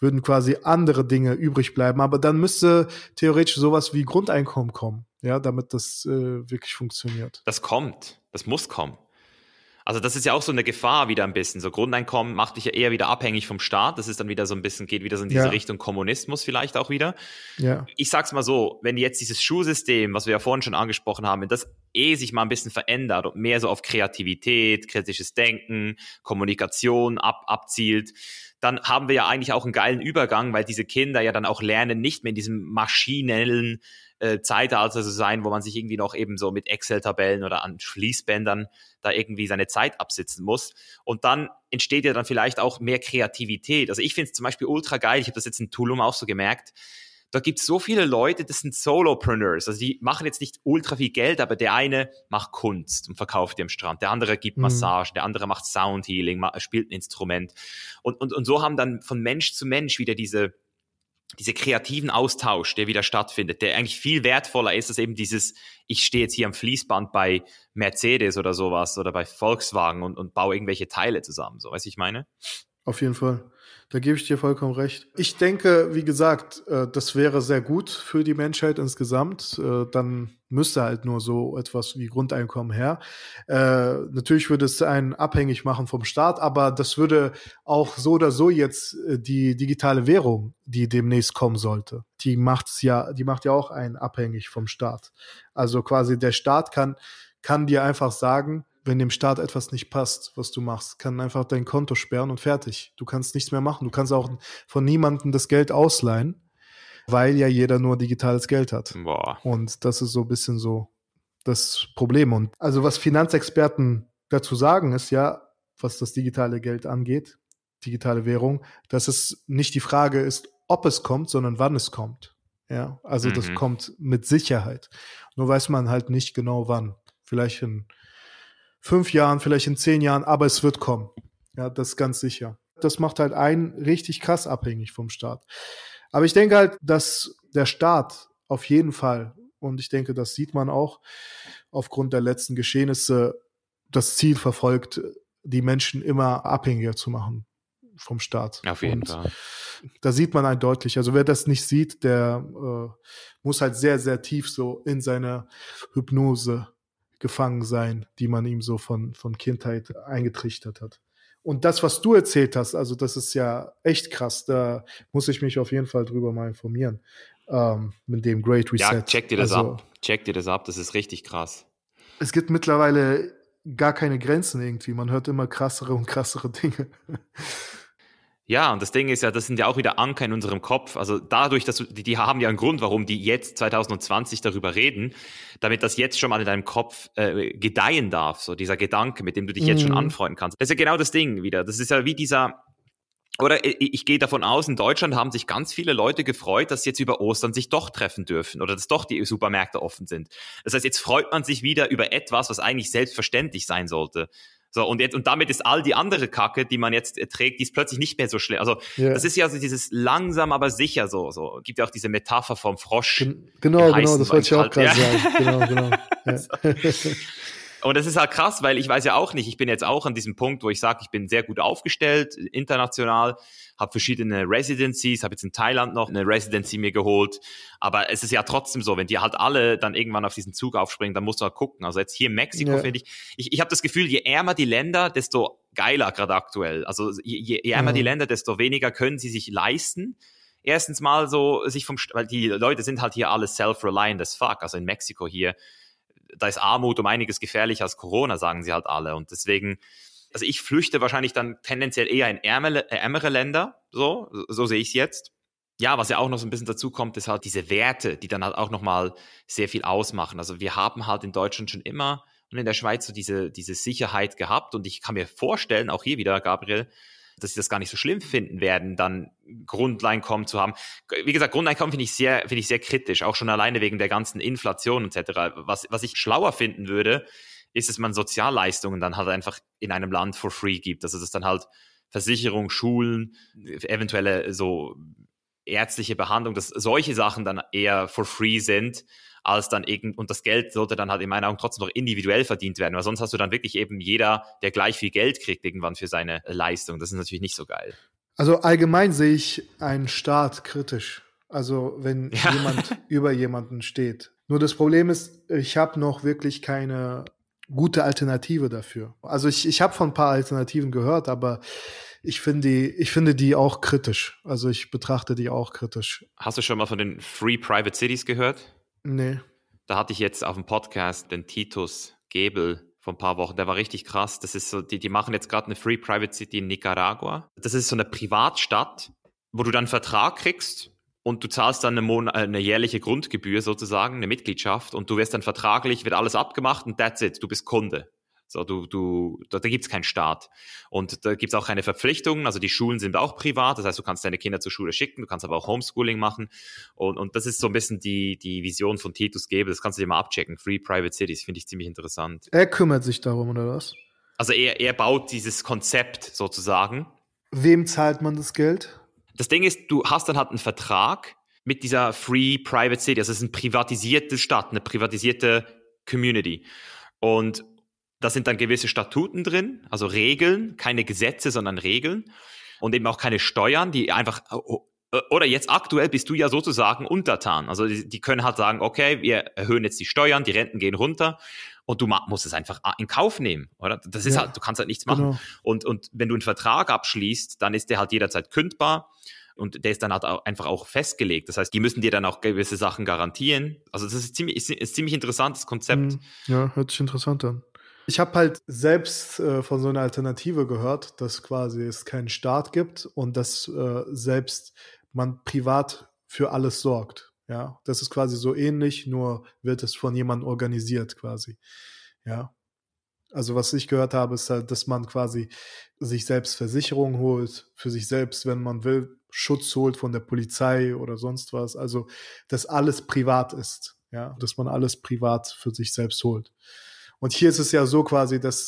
[SPEAKER 2] andere Dinge übrig bleiben, aber dann müsste theoretisch sowas wie Grundeinkommen kommen, ja, damit das wirklich funktioniert.
[SPEAKER 1] Das muss kommen. Also das ist ja auch so eine Gefahr wieder ein bisschen. So Grundeinkommen macht dich ja eher wieder abhängig vom Staat. Das ist dann wieder so ein bisschen, geht wieder so in diese Richtung Kommunismus vielleicht auch wieder.
[SPEAKER 2] Ja.
[SPEAKER 1] Ich sag's mal so, wenn jetzt dieses Schulsystem, was wir ja vorhin schon angesprochen haben, wenn das sich mal ein bisschen verändert und mehr so auf Kreativität, kritisches Denken, Kommunikation abzielt, dann haben wir ja eigentlich auch einen geilen Übergang, weil diese Kinder ja dann auch lernen, nicht mehr in diesem maschinellen Zeitalter zu sein, wo man sich irgendwie noch eben so mit Excel-Tabellen oder an Fließbändern da irgendwie seine Zeit absitzen muss. Und dann entsteht ja dann vielleicht auch mehr Kreativität. Also ich finde es zum Beispiel ultra geil, ich habe das jetzt in Tulum auch so gemerkt, da gibt es so viele Leute, das sind Solopreneurs, also die machen jetzt nicht ultra viel Geld, aber der eine macht Kunst und verkauft die am Strand, der andere gibt Massagen, der andere macht Soundhealing, spielt ein Instrument. Und so haben dann von Mensch zu Mensch wieder diese kreativen Austausch, der wieder stattfindet, der eigentlich viel wertvoller ist als eben dieses, ich stehe jetzt hier am Fließband bei Mercedes oder sowas oder bei Volkswagen und baue irgendwelche Teile zusammen. So, weißt du, ich meine?
[SPEAKER 2] Auf jeden Fall. Da gebe ich dir vollkommen recht. Ich denke, wie gesagt, das wäre sehr gut für die Menschheit insgesamt. Dann müsste halt nur so etwas wie Grundeinkommen her. Natürlich würde es einen abhängig machen vom Staat, aber das würde auch so oder so jetzt die digitale Währung, die demnächst kommen sollte, die macht ja auch einen abhängig vom Staat. Also quasi der Staat kann dir einfach sagen, wenn dem Staat etwas nicht passt, was du machst, kann einfach dein Konto sperren und fertig. Du kannst nichts mehr machen. Du kannst auch von niemandem das Geld ausleihen, weil ja jeder nur digitales Geld hat.
[SPEAKER 1] Boah.
[SPEAKER 2] Und das ist so ein bisschen so das Problem. Und also was Finanzexperten dazu sagen, ist ja, was das digitale Geld angeht, digitale Währung, dass es nicht die Frage ist, ob es kommt, sondern wann es kommt. Ja, also das kommt mit Sicherheit. Nur weiß man halt nicht genau wann. Vielleicht in 5 Jahren, vielleicht in 10 Jahren, aber es wird kommen. Ja, das ist ganz sicher. Das macht halt einen richtig krass abhängig vom Staat. Aber ich denke halt, dass der Staat auf jeden Fall, und ich denke, das sieht man auch aufgrund der letzten Geschehnisse, das Ziel verfolgt, die Menschen immer abhängiger zu machen vom Staat.
[SPEAKER 1] Auf jeden Fall.
[SPEAKER 2] Da sieht man halt deutlich, also wer das nicht sieht, der muss halt sehr, sehr tief so in seiner Hypnose gefangen sein, die man ihm so von Kindheit eingetrichtert hat. Und das, was du erzählt hast, also das ist ja echt krass, da muss ich mich auf jeden Fall drüber mal informieren, mit dem Great Reset.
[SPEAKER 1] Ja, check dir das ab, das ist richtig krass.
[SPEAKER 2] Es gibt mittlerweile gar keine Grenzen irgendwie, man hört immer krassere und krassere Dinge.
[SPEAKER 1] Ja, und das Ding ist ja, das sind ja auch wieder Anker in unserem Kopf. Also dadurch, dass die haben ja einen Grund, warum die jetzt 2020 darüber reden, damit das jetzt schon mal in deinem Kopf gedeihen darf, so dieser Gedanke, mit dem du dich jetzt schon anfreunden kannst. Das ist ja genau das Ding wieder. Das ist ja wie dieser, oder ich gehe davon aus, in Deutschland haben sich ganz viele Leute gefreut, dass sie jetzt über Ostern sich doch treffen dürfen oder dass doch die Supermärkte offen sind. Das heißt, jetzt freut man sich wieder über etwas, was eigentlich selbstverständlich sein sollte. So, und damit ist all die andere Kacke, die man jetzt trägt, die ist plötzlich nicht mehr so schlimm. Also, das ist ja so dieses langsam, aber sicher so. Gibt ja auch diese Metapher vom Frosch.
[SPEAKER 2] Genau, das wollte ich auch gerade sagen. Genau. Ja.
[SPEAKER 1] Und das ist halt krass, weil ich weiß ja auch nicht, ich bin jetzt auch an diesem Punkt, wo ich sage, ich bin sehr gut aufgestellt, international, habe verschiedene Residencies, habe jetzt in Thailand noch eine Residency mir geholt, aber es ist ja trotzdem so, wenn die halt alle dann irgendwann auf diesen Zug aufspringen, dann musst du halt gucken. Also jetzt hier in Mexiko finde ich habe das Gefühl, je ärmer die Länder, desto geiler gerade aktuell. Also je ärmer die Länder, desto weniger können sie sich leisten. Erstens mal so weil die Leute sind halt hier alle self-reliant as fuck, also in Mexiko hier, da ist Armut um einiges gefährlicher als Corona, sagen sie halt alle. Und deswegen, also ich flüchte wahrscheinlich dann tendenziell eher in ärmere Länder, so sehe ich es jetzt. Ja, was ja auch noch so ein bisschen dazu kommt, ist halt diese Werte, die dann halt auch nochmal sehr viel ausmachen. Also wir haben halt in Deutschland schon immer und in der Schweiz so diese Sicherheit gehabt. Und ich kann mir vorstellen, auch hier wieder, Gabriel, dass sie das gar nicht so schlimm finden werden, dann Grundeinkommen zu haben. Wie gesagt, Grundeinkommen finde ich sehr kritisch, auch schon alleine wegen der ganzen Inflation etc. Was ich schlauer finden würde, ist, dass man Sozialleistungen dann halt einfach in einem Land for free gibt. Also dass dann halt Versicherung, Schulen, eventuelle so ärztliche Behandlung, dass solche Sachen dann eher for free sind, als dann und das Geld sollte dann halt in meinen Augen trotzdem noch individuell verdient werden, weil sonst hast du dann wirklich eben jeder, der gleich viel Geld kriegt irgendwann für seine Leistung. Das ist natürlich nicht so geil.
[SPEAKER 2] Also allgemein sehe ich einen Staat kritisch. Also wenn jemand über jemanden steht. Nur das Problem ist, ich habe noch wirklich keine gute Alternative dafür. Also ich habe von ein paar Alternativen gehört, aber ich finde die auch kritisch. Also ich betrachte die auch kritisch.
[SPEAKER 1] Hast du schon mal von den Free Private Cities gehört?
[SPEAKER 2] Nee.
[SPEAKER 1] Da hatte ich jetzt auf dem Podcast den Titus Gebel vor ein paar Wochen, der war richtig krass. Das ist so, die machen jetzt gerade eine Free Private City in Nicaragua. Das ist so eine Privatstadt, wo du dann einen Vertrag kriegst und du zahlst dann eine jährliche Grundgebühr sozusagen, eine Mitgliedschaft, und du wirst dann vertraglich, wird alles abgemacht und that's it, du bist Kunde. So, da gibt's keinen Staat. Und da gibt's auch keine Verpflichtungen. Also die Schulen sind auch privat. Das heißt, du kannst deine Kinder zur Schule schicken. Du kannst aber auch Homeschooling machen. Und das ist so ein bisschen die Vision von Titus Gebel. Das kannst du dir mal abchecken. Free Private Cities finde ich ziemlich interessant.
[SPEAKER 2] Er kümmert sich darum, oder was?
[SPEAKER 1] Also er baut dieses Konzept sozusagen.
[SPEAKER 2] Wem zahlt man das Geld?
[SPEAKER 1] Das Ding ist, du hast dann halt einen Vertrag mit dieser Free Private City. Also es ist eine privatisierte Stadt, eine privatisierte Community. Und da sind dann gewisse Statuten drin, also Regeln, keine Gesetze, sondern Regeln, und eben auch keine Steuern, die einfach, oder jetzt aktuell bist du ja sozusagen untertan. Also die können halt sagen, okay, wir erhöhen jetzt die Steuern, die Renten gehen runter, und du musst es einfach in Kauf nehmen, oder? Das ist halt, du kannst halt nichts machen. Genau. Und wenn du einen Vertrag abschließt, dann ist der halt jederzeit kündbar. Und der ist dann halt auch einfach auch festgelegt. Das heißt, die müssen dir dann auch gewisse Sachen garantieren. Also das ist ziemlich interessantes Konzept.
[SPEAKER 2] Ja, hört sich interessant an. Ich habe halt selbst von so einer Alternative gehört, dass quasi es keinen Staat gibt und dass selbst man privat für alles sorgt. Ja, das ist quasi so ähnlich, nur wird es von jemandem organisiert quasi. Ja, also was ich gehört habe, ist halt, dass man quasi sich selbst Versicherung holt, für sich selbst, wenn man will, Schutz holt von der Polizei oder sonst was. Also, dass alles privat ist. Ja, dass man alles privat für sich selbst holt. Und hier ist es ja so quasi, dass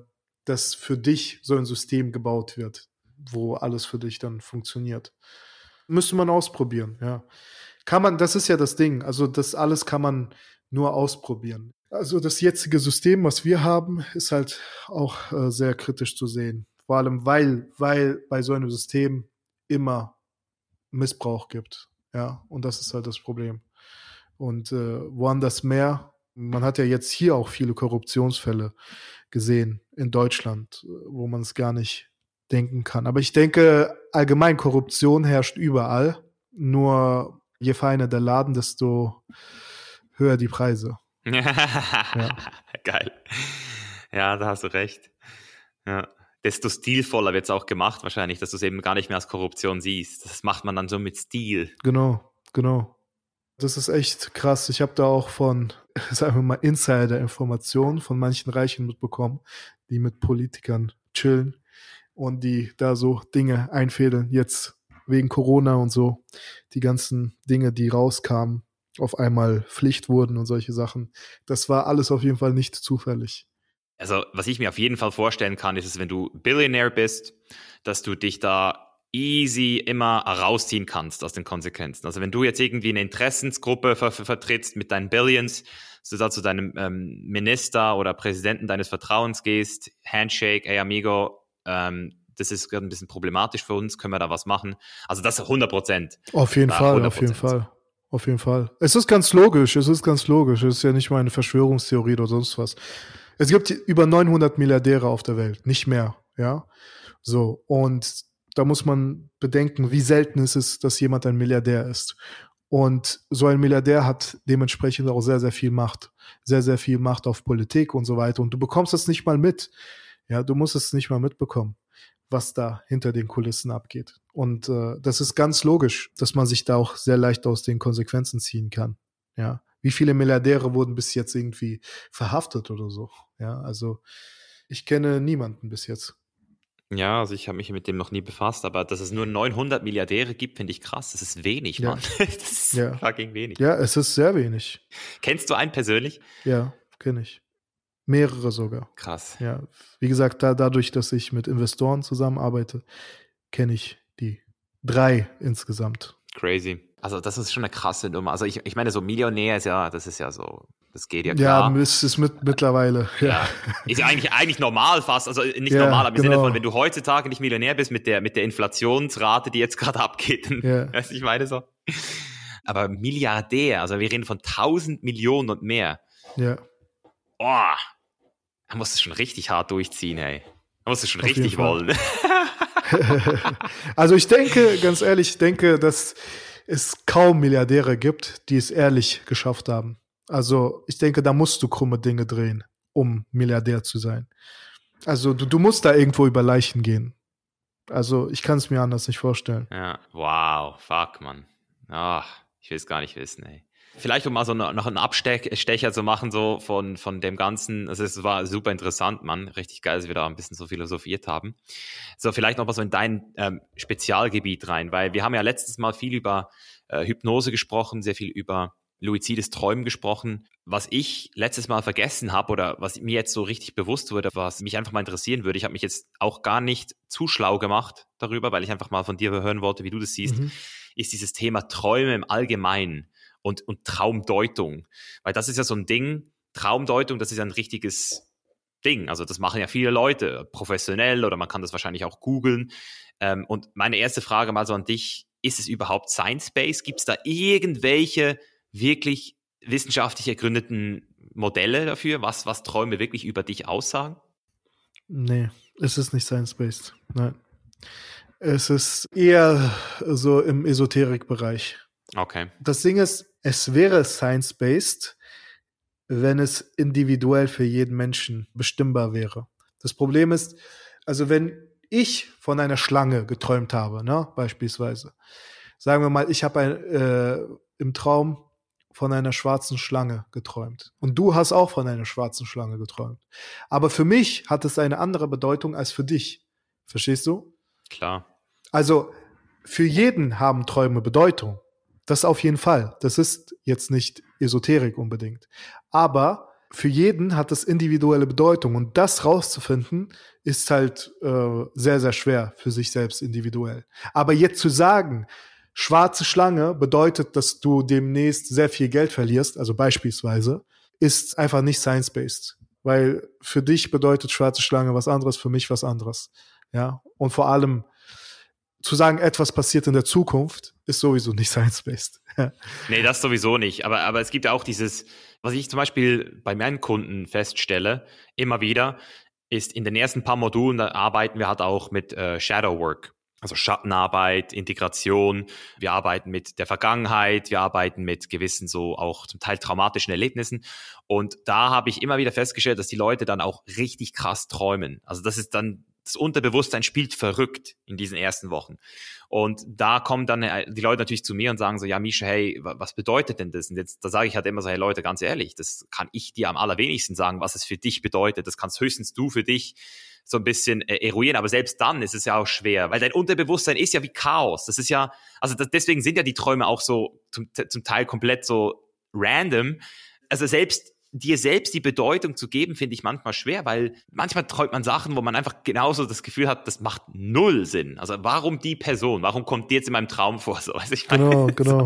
[SPEAKER 2] für dich so ein System gebaut wird, wo alles für dich dann funktioniert. Müsste man ausprobieren, ja. Das ist ja das Ding, also das alles kann man nur ausprobieren. Also das jetzige System, was wir haben, ist halt auch sehr kritisch zu sehen. Vor allem, weil bei so einem System immer Missbrauch gibt, ja. Und das ist halt das Problem. Und woanders mehr. Man hat ja jetzt hier auch viele Korruptionsfälle gesehen in Deutschland, wo man es gar nicht denken kann. Aber ich denke, allgemein Korruption herrscht überall. Nur je feiner der Laden, desto höher die Preise.
[SPEAKER 1] Ja. Geil. Ja, da hast du recht. Ja. Desto stilvoller wird es auch gemacht wahrscheinlich, dass du es eben gar nicht mehr als Korruption siehst. Das macht man dann so mit Stil.
[SPEAKER 2] Genau. Das ist echt krass. Ich habe da auch von, sagen wir mal, Insider-Informationen von manchen Reichen mitbekommen, die mit Politikern chillen und die da so Dinge einfädeln. Jetzt wegen Corona und so. Die ganzen Dinge, die rauskamen, auf einmal Pflicht wurden und solche Sachen. Das war alles auf jeden Fall nicht zufällig.
[SPEAKER 1] Also, was ich mir auf jeden Fall vorstellen kann, ist, wenn du Billionär bist, dass du dich da easy immer rausziehen kannst aus den Konsequenzen. Also wenn du jetzt irgendwie eine Interessensgruppe vertrittst mit deinen Billions, dass du da zu deinem Minister oder Präsidenten deines Vertrauens gehst, Handshake, hey amigo, das ist gerade ein bisschen problematisch für uns, können wir da was machen? Also das 100%.
[SPEAKER 2] Auf jeden Fall. Es ist ganz logisch. Es ist ja nicht mal eine Verschwörungstheorie oder sonst was. Es gibt über 900 Milliardäre auf der Welt, nicht mehr, ja. So, und da muss man bedenken, wie selten es ist, dass jemand ein Milliardär ist. Und so ein Milliardär hat dementsprechend auch sehr, sehr viel Macht. Sehr, sehr viel Macht auf Politik und so weiter. Und du bekommst es nicht mal mit. Ja, du musst es nicht mal mitbekommen, was da hinter den Kulissen abgeht. Und das ist ganz logisch, dass man sich da auch sehr leicht aus den Konsequenzen ziehen kann. Ja, wie viele Milliardäre wurden bis jetzt irgendwie verhaftet oder so? Ja, also ich kenne niemanden bis jetzt.
[SPEAKER 1] Ja, also ich habe mich mit dem noch nie befasst, aber dass es nur 900 Milliardäre gibt, finde ich krass. Das ist wenig, Mann. Das ist fucking wenig.
[SPEAKER 2] Ja, es ist sehr wenig.
[SPEAKER 1] Kennst du einen persönlich?
[SPEAKER 2] Ja, kenne ich. Mehrere sogar.
[SPEAKER 1] Krass.
[SPEAKER 2] Ja, wie gesagt, dadurch, dass ich mit Investoren zusammenarbeite, kenne ich die 3 insgesamt.
[SPEAKER 1] Crazy. Also das ist schon eine krasse Nummer. Also ich meine, so Millionär ist ja, das ist ja so, das geht ja klar.
[SPEAKER 2] Ja, es ist mittlerweile. Ja.
[SPEAKER 1] Ist ja eigentlich normal fast. Also nicht
[SPEAKER 2] Ja,
[SPEAKER 1] normal, aber im Sinne
[SPEAKER 2] genau.
[SPEAKER 1] von, wenn du heutzutage nicht Millionär bist mit der Inflationsrate, die jetzt gerade abgeht, dann, weißt du, ich meine so. Aber Milliardär, also wir reden von 1000 Millionen und mehr.
[SPEAKER 2] Ja.
[SPEAKER 1] Boah, da musst du schon richtig hart durchziehen, ey. Da musst du schon
[SPEAKER 2] Auf
[SPEAKER 1] richtig
[SPEAKER 2] jeden Fall.
[SPEAKER 1] wollen.
[SPEAKER 2] Also ich denke, ganz ehrlich, dass es kaum Milliardäre gibt, die es ehrlich geschafft haben. Also ich denke, da musst du krumme Dinge drehen, um Milliardär zu sein. Also du musst da irgendwo über Leichen gehen. Also ich kann es mir anders nicht vorstellen.
[SPEAKER 1] Ja, wow, fuck, Mann. Ach, ich will es gar nicht wissen, ey. Vielleicht, um mal so noch einen Abstecher zu machen, so von dem Ganzen. Also es war super interessant, Mann. Richtig geil, dass wir da ein bisschen so philosophiert haben. So, vielleicht noch mal so in dein Spezialgebiet rein, weil wir haben ja letztes Mal viel über Hypnose gesprochen, sehr viel über luzides Träumen gesprochen. Was ich letztes Mal vergessen habe oder was mir jetzt so richtig bewusst wurde, was mich einfach mal interessieren würde, ich habe mich jetzt auch gar nicht zu schlau gemacht darüber, weil ich einfach mal von dir hören wollte, wie du das siehst, ist dieses Thema Träume im Allgemeinen und Traumdeutung. Weil das ist ja so ein Ding, Traumdeutung, das ist ja ein richtiges Ding. Also das machen ja viele Leute, professionell, oder man kann das wahrscheinlich auch googeln. Und meine erste Frage mal so an dich, ist es überhaupt Science-Based? Gibt es da irgendwelche wirklich wissenschaftlich ergründeten Modelle dafür, was Träume wirklich über dich aussagen?
[SPEAKER 2] Nee, es ist nicht science-based. Nein. Es ist eher so im Esoterik-Bereich.
[SPEAKER 1] Okay.
[SPEAKER 2] Das Ding ist, es wäre science-based, wenn es individuell für jeden Menschen bestimmbar wäre. Das Problem ist, also wenn ich von einer Schlange geträumt habe, ne, beispielsweise, sagen wir mal, ich habe im Traum von einer schwarzen Schlange geträumt. Und du hast auch von einer schwarzen Schlange geträumt. Aber für mich hat es eine andere Bedeutung als für dich. Verstehst du?
[SPEAKER 1] Klar.
[SPEAKER 2] Also für jeden haben Träume Bedeutung. Das auf jeden Fall. Das ist jetzt nicht Esoterik unbedingt. Aber für jeden hat es individuelle Bedeutung. Und das rauszufinden, ist halt sehr, sehr schwer für sich selbst individuell. Aber jetzt zu sagen, schwarze Schlange bedeutet, dass du demnächst sehr viel Geld verlierst, also beispielsweise, ist einfach nicht science-based. Weil für dich bedeutet schwarze Schlange was anderes, für mich was anderes. Ja. Und vor allem zu sagen, etwas passiert in der Zukunft, ist sowieso nicht science-based.
[SPEAKER 1] Nee, das sowieso nicht. Aber es gibt ja auch dieses, was ich zum Beispiel bei meinen Kunden feststelle, immer wieder, ist in den ersten paar Modulen, da arbeiten wir halt auch mit Shadow Work. Also Schattenarbeit, Integration, wir arbeiten mit der Vergangenheit, wir arbeiten mit gewissen so auch zum Teil traumatischen Erlebnissen. Und da habe ich immer wieder festgestellt, dass die Leute dann auch richtig krass träumen. Also das ist dann, das Unterbewusstsein spielt verrückt in diesen ersten Wochen. Und da kommen dann die Leute natürlich zu mir und sagen so, ja Mischa, hey, was bedeutet denn das? Und jetzt, da sage ich halt immer so, hey Leute, ganz ehrlich, das kann ich dir am allerwenigsten sagen, was es für dich bedeutet. Das kannst höchstens du für dich so ein bisschen eruieren, aber selbst dann ist es ja auch schwer, weil dein Unterbewusstsein ist ja wie Chaos. Das ist ja, also deswegen sind ja die Träume auch so zum Teil komplett so random. Also dir selbst die Bedeutung zu geben, finde ich manchmal schwer, weil manchmal träumt man Sachen, wo man einfach genauso das Gefühl hat, das macht null Sinn. Also warum die Person? Warum kommt die jetzt in meinem Traum vor? So, weiß ich
[SPEAKER 2] Genau.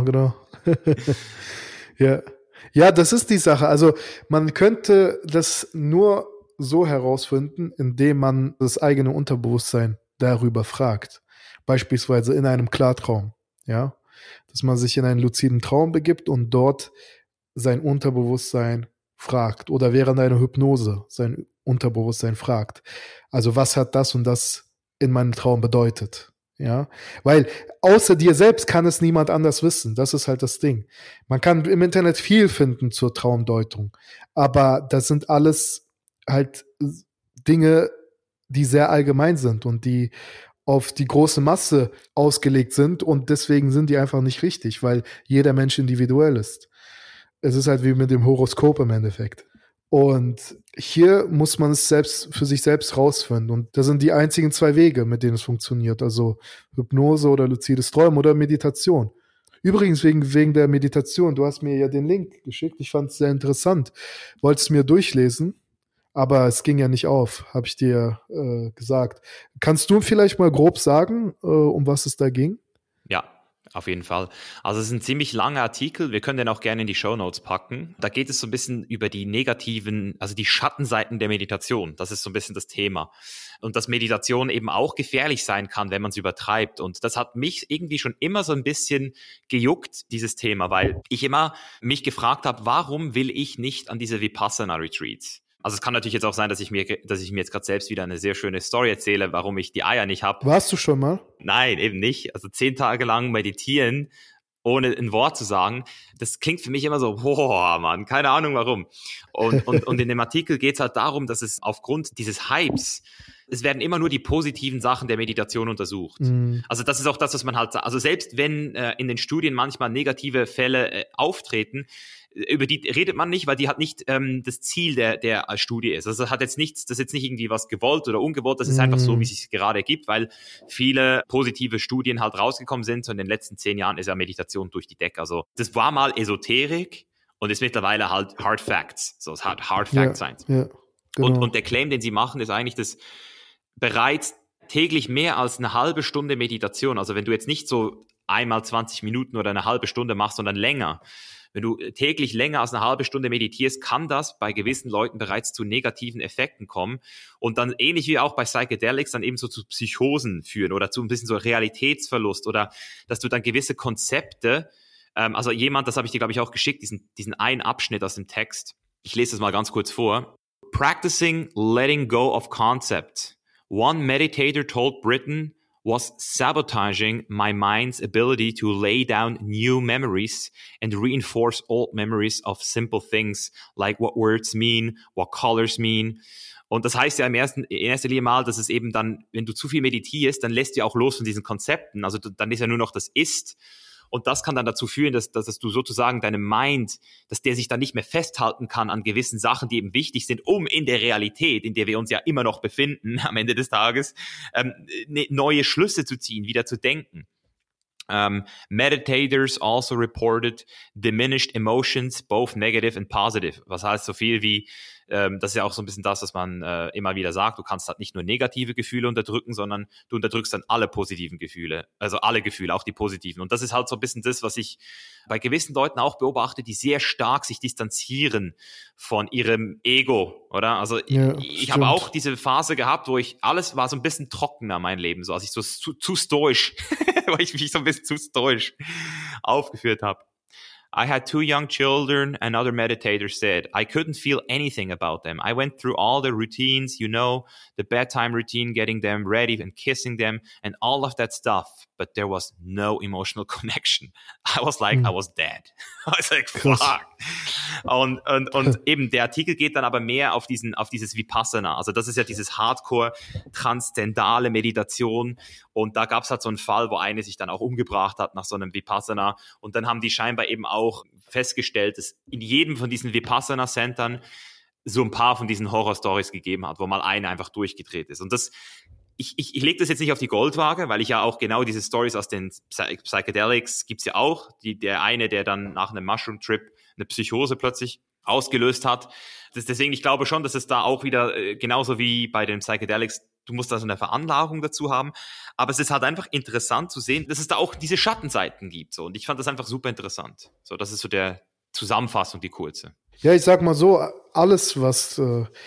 [SPEAKER 2] Ja, das ist die Sache. Also man könnte das nur so herausfinden, indem man das eigene Unterbewusstsein darüber fragt. Beispielsweise in einem Klartraum. Ja, dass man sich in einen luziden Traum begibt und dort sein Unterbewusstsein fragt oder während einer Hypnose sein Unterbewusstsein fragt. Also was hat das und das in meinem Traum bedeutet? Ja, weil außer dir selbst kann es niemand anders wissen. Das ist halt das Ding. Man kann im Internet viel finden zur Traumdeutung, aber das sind alles halt Dinge, die sehr allgemein sind und die auf die große Masse ausgelegt sind und deswegen sind die einfach nicht richtig, weil jeder Mensch individuell ist. Es ist halt wie mit dem Horoskop im Endeffekt. Und hier muss man es selbst für sich selbst rausfinden. Und das sind die einzigen zwei Wege, mit denen es funktioniert. Also Hypnose oder luzides Träumen oder Meditation. Übrigens, wegen der Meditation, du hast mir ja den Link geschickt. Ich fand es sehr interessant. Wolltest mir durchlesen, aber es ging ja nicht auf, habe ich dir gesagt. Kannst du vielleicht mal grob sagen, um was es da ging?
[SPEAKER 1] Ja, Auf jeden Fall. Also es ist ein ziemlich langer Artikel, wir können den auch gerne in die Shownotes packen. Da geht es so ein bisschen über die negativen, also die Schattenseiten der Meditation. Das ist so ein bisschen das Thema. Und dass Meditation eben auch gefährlich sein kann, wenn man es übertreibt. Und das hat mich irgendwie schon immer so ein bisschen gejuckt, dieses Thema, weil ich immer mich gefragt habe, warum will ich nicht an diese Vipassana-Retreats? Also es kann natürlich jetzt auch sein, dass ich mir jetzt gerade selbst wieder eine sehr schöne Story erzähle, warum ich die Eier nicht habe.
[SPEAKER 2] Warst du schon mal?
[SPEAKER 1] Nein, eben nicht. Also 10 Tage lang meditieren, ohne ein Wort zu sagen, das klingt für mich immer so, boah, Mann, keine Ahnung warum. Und in dem Artikel geht es halt darum, dass es aufgrund dieses Hypes, es werden immer nur die positiven Sachen der Meditation untersucht. Also das ist auch das, was man halt sagt. Also selbst wenn in den Studien manchmal negative Fälle auftreten, über die redet man nicht, weil die halt nicht das Ziel der Studie ist. Also das hat jetzt nichts, das ist jetzt nicht irgendwie was gewollt oder ungewollt, das ist einfach so, wie es sich gerade ergibt, weil viele positive Studien halt rausgekommen sind. So in den letzten 10 Jahren ist ja Meditation durch die Decke. Also das war mal Esoterik und ist mittlerweile halt Hard Facts. So, es hat Hard Fact Science.
[SPEAKER 2] Ja, genau.
[SPEAKER 1] Und der Claim, den sie machen, ist eigentlich, dass bereits täglich mehr als eine halbe Stunde Meditation, also wenn du jetzt nicht so einmal 20 Minuten oder eine halbe Stunde machst, sondern länger, wenn du täglich länger als eine halbe Stunde meditierst, kann das bei gewissen Leuten bereits zu negativen Effekten kommen und dann ähnlich wie auch bei Psychedelics dann eben so zu Psychosen führen oder zu ein bisschen so Realitätsverlust oder dass du dann gewisse Konzepte, also jemand, das habe ich dir glaube ich auch geschickt, diesen einen Abschnitt aus dem Text, ich lese das mal ganz kurz vor. Practicing letting go of concept. One meditator told Britain was sabotaging my mind's ability to lay down new memories and reinforce old memories of simple things like what words mean, what colors mean. Und das heißt ja in erster Linie mal, dass es eben dann, wenn du zu viel meditierst, dann lässt du auch los von diesen Konzepten. Also dann ist ja nur noch das Ist. Und das kann dann dazu führen, dass du sozusagen deinem Mind, dass der sich dann nicht mehr festhalten kann an gewissen Sachen, die eben wichtig sind, um in der Realität, in der wir uns ja immer noch befinden am Ende des Tages, neue Schlüsse zu ziehen, wieder zu denken. Meditators also reported diminished emotions, both negative and positive. Was heißt so viel wie, das ist ja auch so ein bisschen das, was man immer wieder sagt, du kannst halt nicht nur negative Gefühle unterdrücken, sondern du unterdrückst dann alle positiven Gefühle, also alle Gefühle, auch die positiven. Und das ist halt so ein bisschen das, was ich bei gewissen Leuten auch beobachte, die sehr stark sich distanzieren von ihrem Ego, oder? Also
[SPEAKER 2] Ja,
[SPEAKER 1] ich habe auch diese Phase gehabt, wo alles war so ein bisschen trockener, mein Leben, so als ich so zu stoisch, weil ich mich so ein bisschen zu stoisch aufgeführt habe. I had 2 young children, another meditator said. I couldn't feel anything about them. I went through all the routines, the bedtime routine, getting them ready and kissing them and all of that stuff. But there was no emotional connection. I was like, I was dead. I was like, fuck. Und eben der Artikel geht dann aber mehr auf dieses Vipassana. Also das ist ja dieses Hardcore-transzendale Meditation. Und da gab es halt so einen Fall, wo eine sich dann auch umgebracht hat nach so einem Vipassana. Und dann haben die scheinbar eben auch festgestellt, dass in jedem von diesen Vipassana-Centern so ein paar von diesen Horror-Stories gegeben hat, wo mal eine einfach durchgedreht ist. Und das, ich lege das jetzt nicht auf die Goldwaage, weil ich ja auch genau diese Stories aus den Psychedelics gibt's ja auch. Der eine, der dann nach einem Mushroom-Trip eine Psychose plötzlich ausgelöst hat. Deswegen, ich glaube schon, dass es da auch wieder, genauso wie bei den Psychedelics, du musst da so eine Veranlagung dazu haben. Aber es ist halt einfach interessant zu sehen, dass es da auch diese Schattenseiten gibt. So. Und ich fand das einfach super interessant. So, das ist so der Zusammenfassung, die kurze.
[SPEAKER 2] Ja, ich sag mal so, alles, was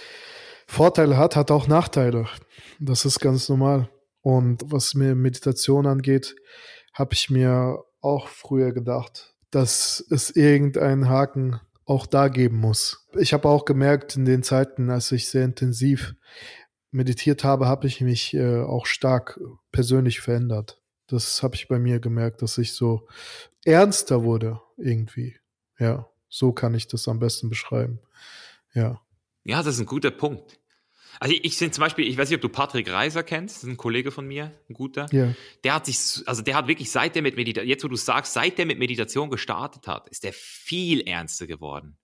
[SPEAKER 2] Vorteile hat, hat auch Nachteile. Das ist ganz normal. Und was mir Meditation angeht, habe ich mir auch früher gedacht, dass es irgendeinen Haken auch da geben muss. Ich habe auch gemerkt, in den Zeiten, als ich sehr intensiv meditiert habe, habe ich mich auch stark persönlich verändert. Das habe ich bei mir gemerkt, dass ich so ernster wurde irgendwie. Ja, so kann ich das am besten beschreiben. Ja.
[SPEAKER 1] Ja, das ist ein guter Punkt. Also ich bin zum Beispiel, ich weiß nicht, ob du Patrick Reiser kennst, das ist ein Kollege von mir, ein guter.
[SPEAKER 2] Ja.
[SPEAKER 1] Der hat wirklich, seit der mit Meditation, jetzt wo du sagst, seit der mit Meditation gestartet hat, ist der viel ernster geworden.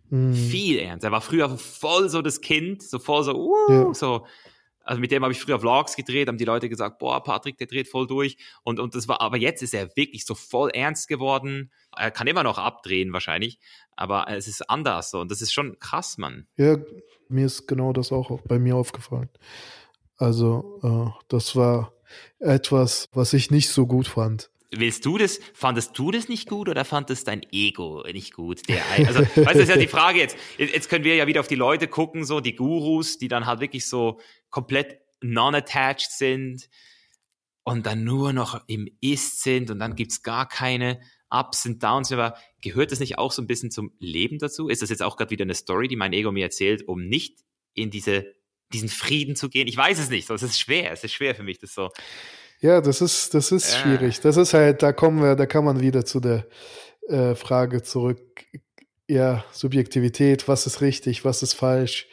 [SPEAKER 1] Viel ernster. Er war früher voll so das Kind, so voll so, so. Also mit dem habe ich früher Vlogs gedreht, haben die Leute gesagt, boah, Patrick, der dreht voll durch. Und das war, aber jetzt ist er wirklich so voll ernst geworden. Er kann immer noch abdrehen wahrscheinlich, aber es ist anders so. Und das ist schon krass, Mann.
[SPEAKER 2] Ja, mir ist genau das auch bei mir aufgefallen. Also, das war etwas, was ich nicht so gut fand.
[SPEAKER 1] fandest du das nicht gut oder fand es dein Ego nicht gut? Also, weißt du, das ist ja die Frage jetzt. Jetzt können wir ja wieder auf die Leute gucken, so die Gurus, die dann halt wirklich so komplett non-attached sind und dann nur noch im Ist sind und dann gibt's gar keine Ups und Downs. Aber gehört das nicht auch so ein bisschen zum Leben dazu? Ist das jetzt auch gerade wieder eine Story, die mein Ego mir erzählt, um nicht in diesen Frieden zu gehen? Ich weiß es nicht. Es ist schwer für mich, das so.
[SPEAKER 2] Ja, das ist schwierig. Das ist halt, da kann man wieder zu der Frage zurück. Ja, Subjektivität, was ist richtig, was ist falsch?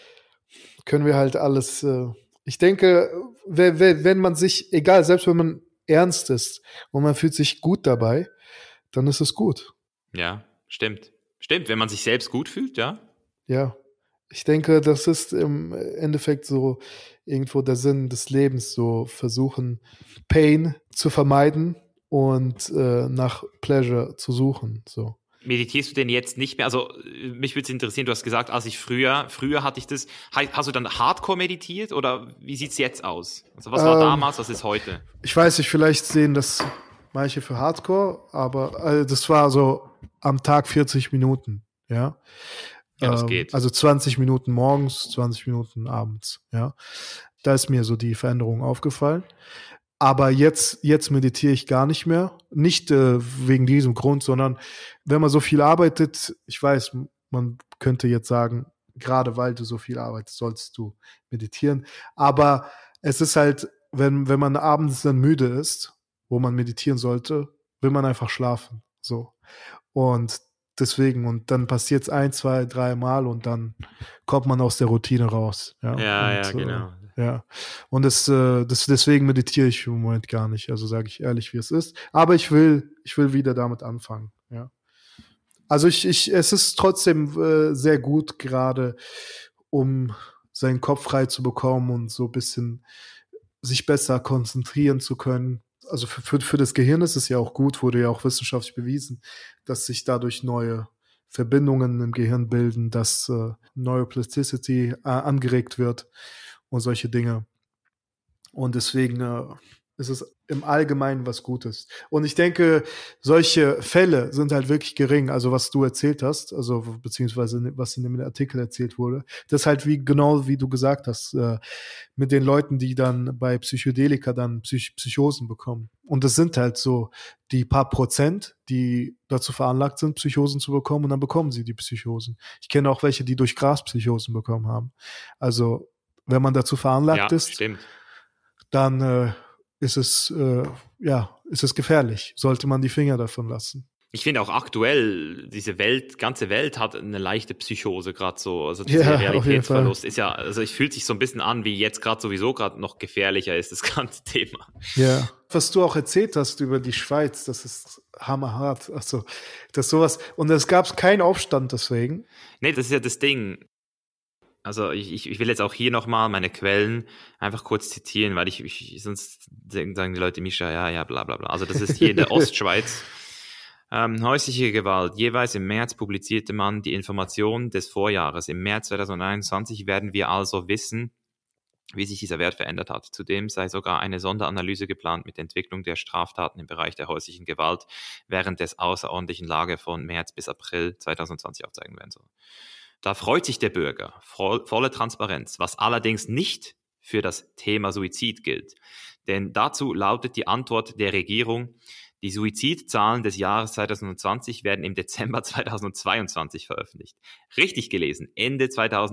[SPEAKER 2] Können wir halt alles, ich denke, wenn man sich, egal, selbst wenn man ernst ist und man fühlt sich gut dabei, dann ist es gut.
[SPEAKER 1] Ja, stimmt. Stimmt, wenn man sich selbst gut fühlt, ja.
[SPEAKER 2] Ja, ich denke, das ist im Endeffekt so irgendwo der Sinn des Lebens, so versuchen, Pain zu vermeiden und nach Pleasure zu suchen, so.
[SPEAKER 1] Meditierst du denn jetzt nicht mehr? Also mich würde es interessieren, du hast gesagt, früher hatte ich das. Hast du dann Hardcore meditiert oder wie sieht es jetzt aus? Also was war damals, was ist heute?
[SPEAKER 2] Ich weiß nicht, vielleicht sehen das manche für Hardcore, aber das war so am Tag 40 Minuten, ja.
[SPEAKER 1] Ja, das geht.
[SPEAKER 2] Also 20 Minuten morgens, 20 Minuten abends, ja. Da ist mir so die Veränderung aufgefallen. Aber jetzt meditiere ich gar nicht mehr. Nicht wegen diesem Grund, sondern wenn man so viel arbeitet, ich weiß, man könnte jetzt sagen, gerade weil du so viel arbeitest, sollst du meditieren. Aber es ist halt, wenn man abends dann müde ist, wo man meditieren sollte, will man einfach schlafen. So. Und deswegen, und dann passiert es 1, 2, 3 Mal und dann kommt man aus der Routine raus. Ja,
[SPEAKER 1] Genau.
[SPEAKER 2] Ja, und deswegen meditiere ich im Moment gar nicht, also sage ich ehrlich, wie es ist. Aber ich will wieder damit anfangen, ja. Also es ist trotzdem sehr gut, gerade um seinen Kopf frei zu bekommen und so ein bisschen sich besser konzentrieren zu können. Also für das Gehirn ist es ja auch gut, wurde ja auch wissenschaftlich bewiesen, dass sich dadurch neue Verbindungen im Gehirn bilden, dass Neuroplasticity angeregt wird und solche Dinge. Und deswegen ist es im Allgemeinen was Gutes. Und ich denke, solche Fälle sind halt wirklich gering. Also was du erzählt hast, also beziehungsweise was in dem Artikel erzählt wurde, das ist halt genau wie du gesagt hast, mit den Leuten, die dann bei Psychedelika dann Psychosen bekommen. Und das sind halt so die paar Prozent, die dazu veranlagt sind, Psychosen zu bekommen, und dann bekommen sie die Psychosen. Ich kenne auch welche, die durch Gras Psychosen bekommen haben. Also wenn man dazu veranlagt ist,
[SPEAKER 1] stimmt.
[SPEAKER 2] Dann ist es gefährlich. Sollte man die Finger davon lassen.
[SPEAKER 1] Ich finde auch aktuell, ganze Welt hat eine leichte Psychose gerade so. Also dieser Realitätsverlust ist ja, also es fühlt sich so ein bisschen an, wie jetzt gerade sowieso gerade noch gefährlicher ist, das ganze Thema.
[SPEAKER 2] Ja. Was du auch erzählt hast über die Schweiz, das ist hammerhart. Also, das sowas. Und es gab keinen Aufstand deswegen.
[SPEAKER 1] Nee, das ist ja das Ding. Also ich will jetzt auch hier nochmal meine Quellen einfach kurz zitieren, weil sonst sagen die Leute, Mischa, ja, bla bla bla. Also das ist hier in der Ostschweiz. Häusliche Gewalt. Jeweils im März publizierte man die Informationen des Vorjahres. Im März 2021 werden wir also wissen, wie sich dieser Wert verändert hat. Zudem sei sogar eine Sonderanalyse geplant mit der Entwicklung der Straftaten im Bereich der häuslichen Gewalt während des außerordentlichen Lage von März bis April 2020 aufzeigen werden soll. Da freut sich der Bürger, volle Transparenz, was allerdings nicht für das Thema Suizid gilt. Denn dazu lautet die Antwort der Regierung, die Suizidzahlen des Jahres 2020 werden im Dezember 2022 veröffentlicht. Richtig gelesen, Ende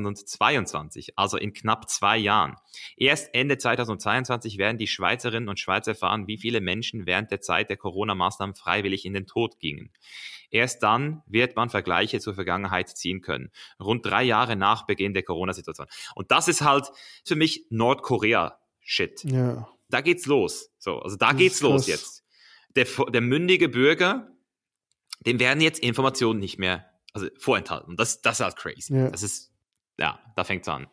[SPEAKER 1] 2022, also in knapp 2 Jahren. Erst Ende 2022 werden die Schweizerinnen und Schweizer erfahren, wie viele Menschen während der Zeit der Corona-Maßnahmen freiwillig in den Tod gingen. Erst dann wird man Vergleiche zur Vergangenheit ziehen können. Rund 3 Jahre nach Beginn der Corona-Situation. Und das ist halt für mich Nordkorea-Shit.
[SPEAKER 2] Ja.
[SPEAKER 1] Da geht's los. So, also da geht's los jetzt. Der mündige Bürger, dem werden jetzt Informationen nicht mehr vorenthalten. Das ist halt crazy.
[SPEAKER 2] Ja.
[SPEAKER 1] Das ist, ja, da fängt's an.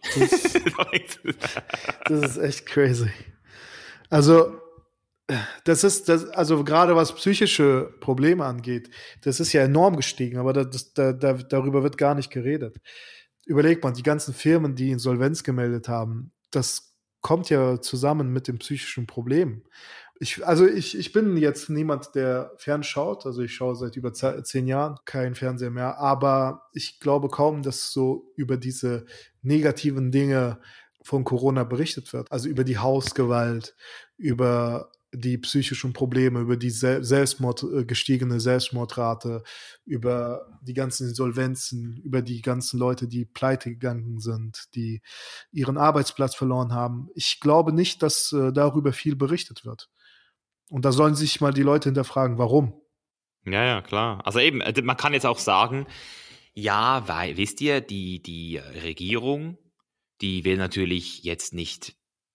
[SPEAKER 2] Das ist echt crazy. Also, also gerade was psychische Probleme angeht, das ist ja enorm gestiegen, aber darüber wird gar nicht geredet. Überleg mal, die ganzen Firmen, die Insolvenz gemeldet haben, das kommt ja zusammen mit dem psychischen Problem. Ich bin jetzt niemand, der fernschaut. Also ich schaue seit über 10 Jahren keinen Fernseher mehr. Aber ich glaube kaum, dass so über diese negativen Dinge von Corona berichtet wird. Also über die Hausgewalt, über die psychischen Probleme, über die gestiegene Selbstmordrate, über die ganzen Insolvenzen, über die ganzen Leute, die pleite gegangen sind, die ihren Arbeitsplatz verloren haben. Ich glaube nicht, dass darüber viel berichtet wird. Und da sollen sich mal die Leute hinterfragen, warum.
[SPEAKER 1] Ja, ja, klar. Also eben, man kann jetzt auch sagen, ja, weil, wisst ihr, die Regierung, die will natürlich jetzt nicht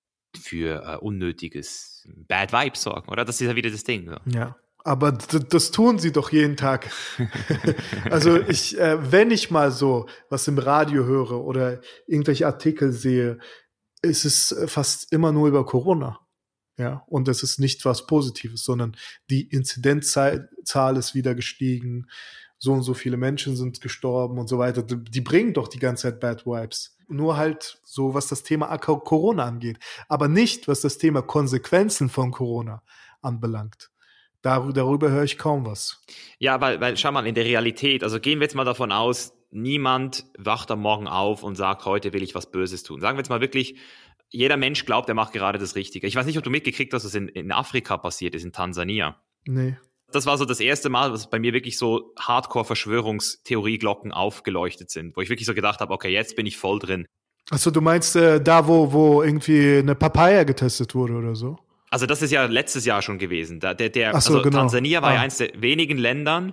[SPEAKER 1] für unnötiges Bad Vibes sorgen, oder? Das ist ja wieder das Ding. So.
[SPEAKER 2] Ja, aber das tun sie doch jeden Tag. Also wenn ich mal so was im Radio höre oder irgendwelche Artikel sehe, ist es fast immer nur über Corona. Ja, und es ist nicht was Positives, sondern die Inzidenzzahl ist wieder gestiegen, so und so viele Menschen sind gestorben und so weiter. Die bringen doch die ganze Zeit Bad Vibes. Nur halt so, was das Thema Corona angeht. Aber nicht, was das Thema Konsequenzen von Corona anbelangt. Darüber höre ich kaum was.
[SPEAKER 1] Ja, weil schau mal, in der Realität, also gehen wir jetzt mal davon aus, niemand wacht am Morgen auf und sagt, heute will ich was Böses tun. Sagen wir jetzt mal wirklich, jeder Mensch glaubt, er macht gerade das Richtige. Ich weiß nicht, ob du mitgekriegt hast, was in Afrika passiert ist, in Tansania.
[SPEAKER 2] Nee.
[SPEAKER 1] Das war so das erste Mal, was bei mir wirklich so Hardcore-Verschwörungstheorie-Glocken aufgeleuchtet sind, wo ich wirklich so gedacht habe, okay, jetzt bin ich voll drin.
[SPEAKER 2] Achso, du meinst da, wo irgendwie eine Papaya getestet wurde oder so?
[SPEAKER 1] Also das ist ja letztes Jahr schon gewesen.
[SPEAKER 2] Genau.
[SPEAKER 1] Tansania war ja eines der wenigen Ländern,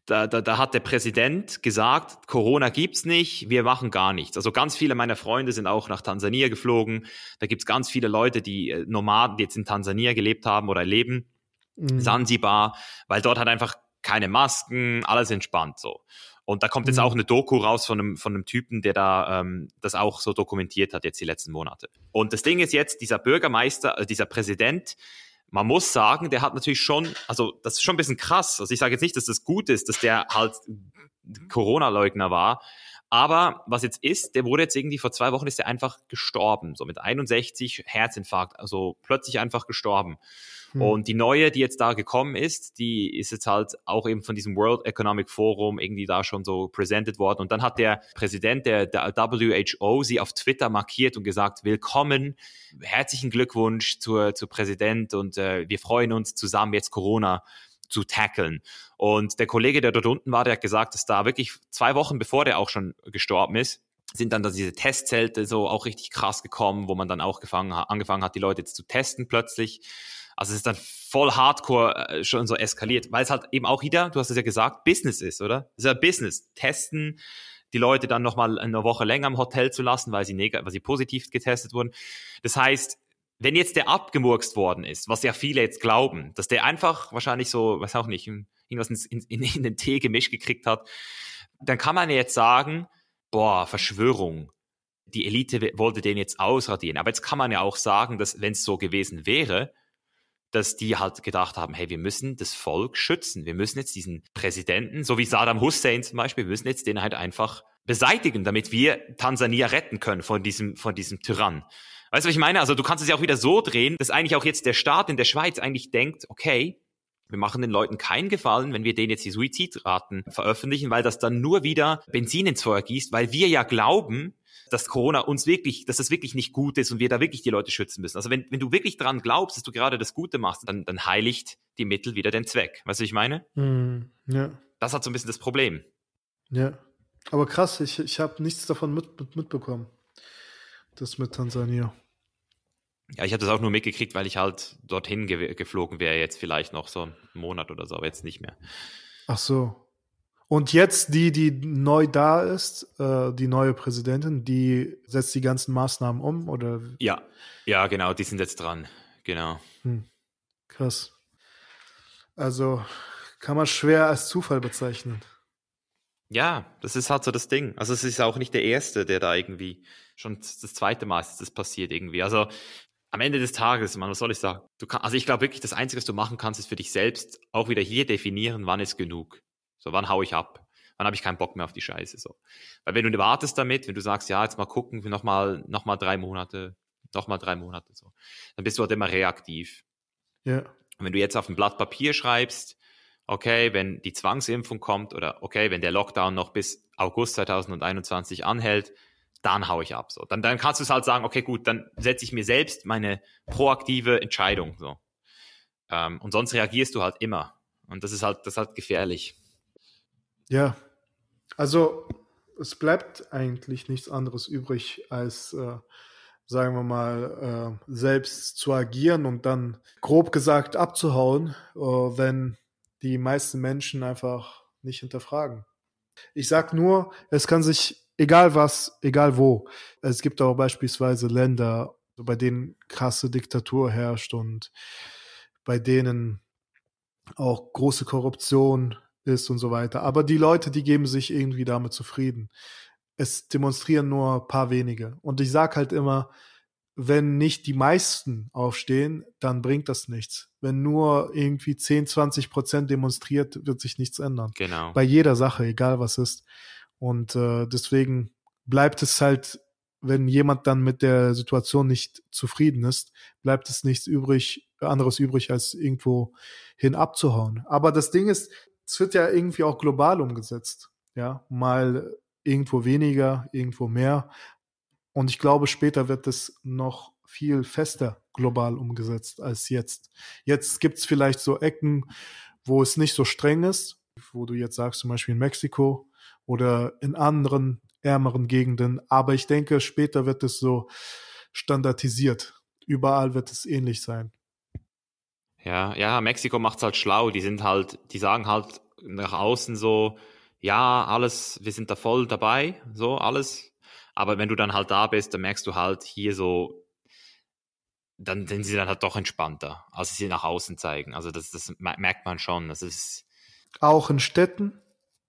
[SPEAKER 1] da hat der Präsident gesagt, Corona gibt's nicht, wir machen gar nichts. Also ganz viele meiner Freunde sind auch nach Tansania geflogen. Da gibt's ganz viele Leute, die Nomaden, die jetzt in Tansania gelebt haben oder leben, Sansibar, weil dort hat einfach keine Masken, alles entspannt so. Und da kommt jetzt auch eine Doku raus von einem Typen, der da das auch so dokumentiert hat jetzt die letzten Monate. Und das Ding ist jetzt, dieser Bürgermeister, dieser Präsident, man muss sagen, der hat natürlich schon, also das ist schon ein bisschen krass. Also ich sage jetzt nicht, dass das gut ist, dass der halt Corona-Leugner war. Aber was jetzt ist, der wurde jetzt irgendwie vor 2 Wochen ist der einfach gestorben. So mit 61 Herzinfarkt, also plötzlich einfach gestorben. Und die neue, die jetzt da gekommen ist, die ist jetzt halt auch eben von diesem World Economic Forum irgendwie da schon so presented worden. Und dann hat der Präsident der WHO sie auf Twitter markiert und gesagt, willkommen, herzlichen Glückwunsch zur Präsident und wir freuen uns zusammen jetzt Corona zu tackeln. Und der Kollege, der dort unten war, der hat gesagt, dass da wirklich 2 Wochen bevor der auch schon gestorben ist, sind dann da diese Testzelte so auch richtig krass gekommen, wo man dann auch angefangen hat, die Leute jetzt zu testen plötzlich. Also es ist dann voll hardcore schon so eskaliert, weil es halt eben auch wieder, du hast es ja gesagt, Business ist, oder? Es ist ja Business. Testen, die Leute dann nochmal eine Woche länger im Hotel zu lassen, weil sie positiv getestet wurden. Das heißt, wenn jetzt der abgemurkst worden ist, was ja viele jetzt glauben, dass der einfach wahrscheinlich so, weiß auch nicht, irgendwas in den Tee gemischt gekriegt hat, dann kann man ja jetzt sagen, boah, Verschwörung. Die Elite wollte den jetzt ausradieren. Aber jetzt kann man ja auch sagen, dass wenn es so gewesen wäre, dass die halt gedacht haben, hey, wir müssen das Volk schützen. Wir müssen jetzt diesen Präsidenten, so wie Saddam Hussein zum Beispiel, wir müssen jetzt den halt einfach beseitigen, damit wir Tansania retten können von diesem Tyrann. Weißt du, was ich meine? Also du kannst es ja auch wieder so drehen, dass eigentlich auch jetzt der Staat in der Schweiz eigentlich denkt, okay, wir machen den Leuten keinen Gefallen, wenn wir denen jetzt die Suizidraten veröffentlichen, weil das dann nur wieder Benzin ins Feuer gießt, weil wir ja glauben, dass Corona dass das wirklich nicht gut ist und wir da wirklich die Leute schützen müssen. Also wenn du wirklich dran glaubst, dass du gerade das Gute machst, dann heiligt die Mittel wieder den Zweck. Weißt du, was ich meine?
[SPEAKER 2] Ja.
[SPEAKER 1] Das hat so ein bisschen das Problem.
[SPEAKER 2] Ja. Aber krass, ich habe nichts davon mitbekommen. Das mit Tansania.
[SPEAKER 1] Ja, ich habe das auch nur mitgekriegt, weil ich halt dorthin geflogen wäre, jetzt vielleicht noch so einen Monat oder so, aber jetzt nicht mehr.
[SPEAKER 2] Ach so. Und jetzt die neu da ist, die neue Präsidentin, die setzt die ganzen Maßnahmen um, oder?
[SPEAKER 1] Ja, genau, die sind jetzt dran, genau.
[SPEAKER 2] Krass. Also kann man schwer als Zufall bezeichnen.
[SPEAKER 1] Ja, das ist halt so das Ding. Also es ist auch nicht der Erste, der da irgendwie schon das zweite Mal ist das passiert irgendwie. Also am Ende des Tages, was soll ich sagen? Also ich glaube wirklich, das Einzige, was du machen kannst, ist für dich selbst auch wieder hier definieren, wann ist genug. So, wann hau ich ab? Wann habe ich keinen Bock mehr auf die Scheiße? So. Weil wenn du wartest damit, wenn du sagst, ja, jetzt mal gucken, noch mal 3 Monate, so, dann bist du halt immer reaktiv.
[SPEAKER 2] Ja.
[SPEAKER 1] Wenn du jetzt auf ein Blatt Papier schreibst, okay, wenn die Zwangsimpfung kommt oder okay, wenn der Lockdown noch bis August 2021 anhält, dann hau ich ab. So. Dann kannst du es halt sagen, okay, gut, dann setze ich mir selbst meine proaktive Entscheidung. So. Und sonst reagierst du halt immer. Und das ist halt gefährlich.
[SPEAKER 2] Ja, also es bleibt eigentlich nichts anderes übrig, als, sagen wir mal, selbst zu agieren und dann grob gesagt abzuhauen, wenn die meisten Menschen einfach nicht hinterfragen. Ich sag nur, es kann sich, egal was, egal wo, es gibt auch beispielsweise Länder, bei denen krasse Diktatur herrscht und bei denen auch große Korruption ist und so weiter. Aber die Leute, die geben sich irgendwie damit zufrieden. Es demonstrieren nur ein paar wenige. Und ich sag halt immer, wenn nicht die meisten aufstehen, dann bringt das nichts. Wenn nur irgendwie 10-20% demonstriert, wird sich nichts ändern.
[SPEAKER 1] Genau.
[SPEAKER 2] Bei jeder Sache, egal was ist. Und deswegen bleibt es halt, wenn jemand dann mit der Situation nicht zufrieden ist, bleibt es nichts anderes übrig, als irgendwo hin abzuhauen. Aber das Ding ist, es wird ja irgendwie auch global umgesetzt. Ja, mal irgendwo weniger, irgendwo mehr. Und ich glaube, später wird es noch viel fester global umgesetzt als jetzt. Jetzt gibt es vielleicht so Ecken, wo es nicht so streng ist, wo du jetzt sagst, zum Beispiel in Mexiko oder in anderen ärmeren Gegenden. Aber ich denke, später wird es so standardisiert. Überall wird es ähnlich sein.
[SPEAKER 1] Ja, Mexiko macht's halt schlau. Die sagen halt nach außen so, ja, alles, wir sind da voll dabei, so alles. Aber wenn du dann halt da bist, dann merkst du halt hier so, dann sind sie dann halt doch entspannter, als sie nach außen zeigen. Also das merkt man schon. Das ist
[SPEAKER 2] Auch in Städten?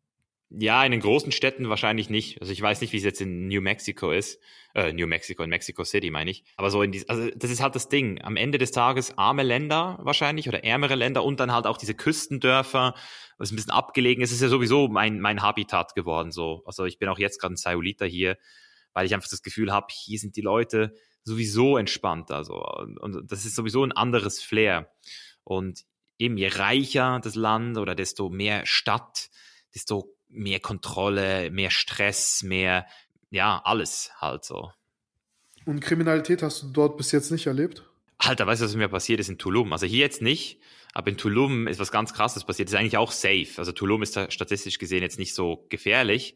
[SPEAKER 1] Ja, in den großen Städten wahrscheinlich nicht. Also ich weiß nicht, wie es jetzt in New Mexico ist. In Mexico City meine ich. Aber so also das ist halt das Ding. Am Ende des Tages arme Länder wahrscheinlich oder ärmere Länder und dann halt auch diese Küstendörfer, was ein bisschen abgelegen ist. Es ist ja sowieso mein Habitat geworden so. Also ich bin auch jetzt gerade in Sayulita hier, weil ich einfach das Gefühl habe, hier sind die Leute sowieso entspannter. So. Und das ist sowieso ein anderes Flair. Und eben je reicher das Land oder desto mehr Stadt, desto mehr Kontrolle, mehr Stress, mehr, ja, alles halt so.
[SPEAKER 2] Und Kriminalität hast du dort bis jetzt nicht erlebt?
[SPEAKER 1] Alter, weißt du, was mir passiert ist in Tulum? Also hier jetzt nicht, aber in Tulum ist was ganz Krasses passiert. Das ist eigentlich auch safe. Also Tulum ist da statistisch gesehen jetzt nicht so gefährlich.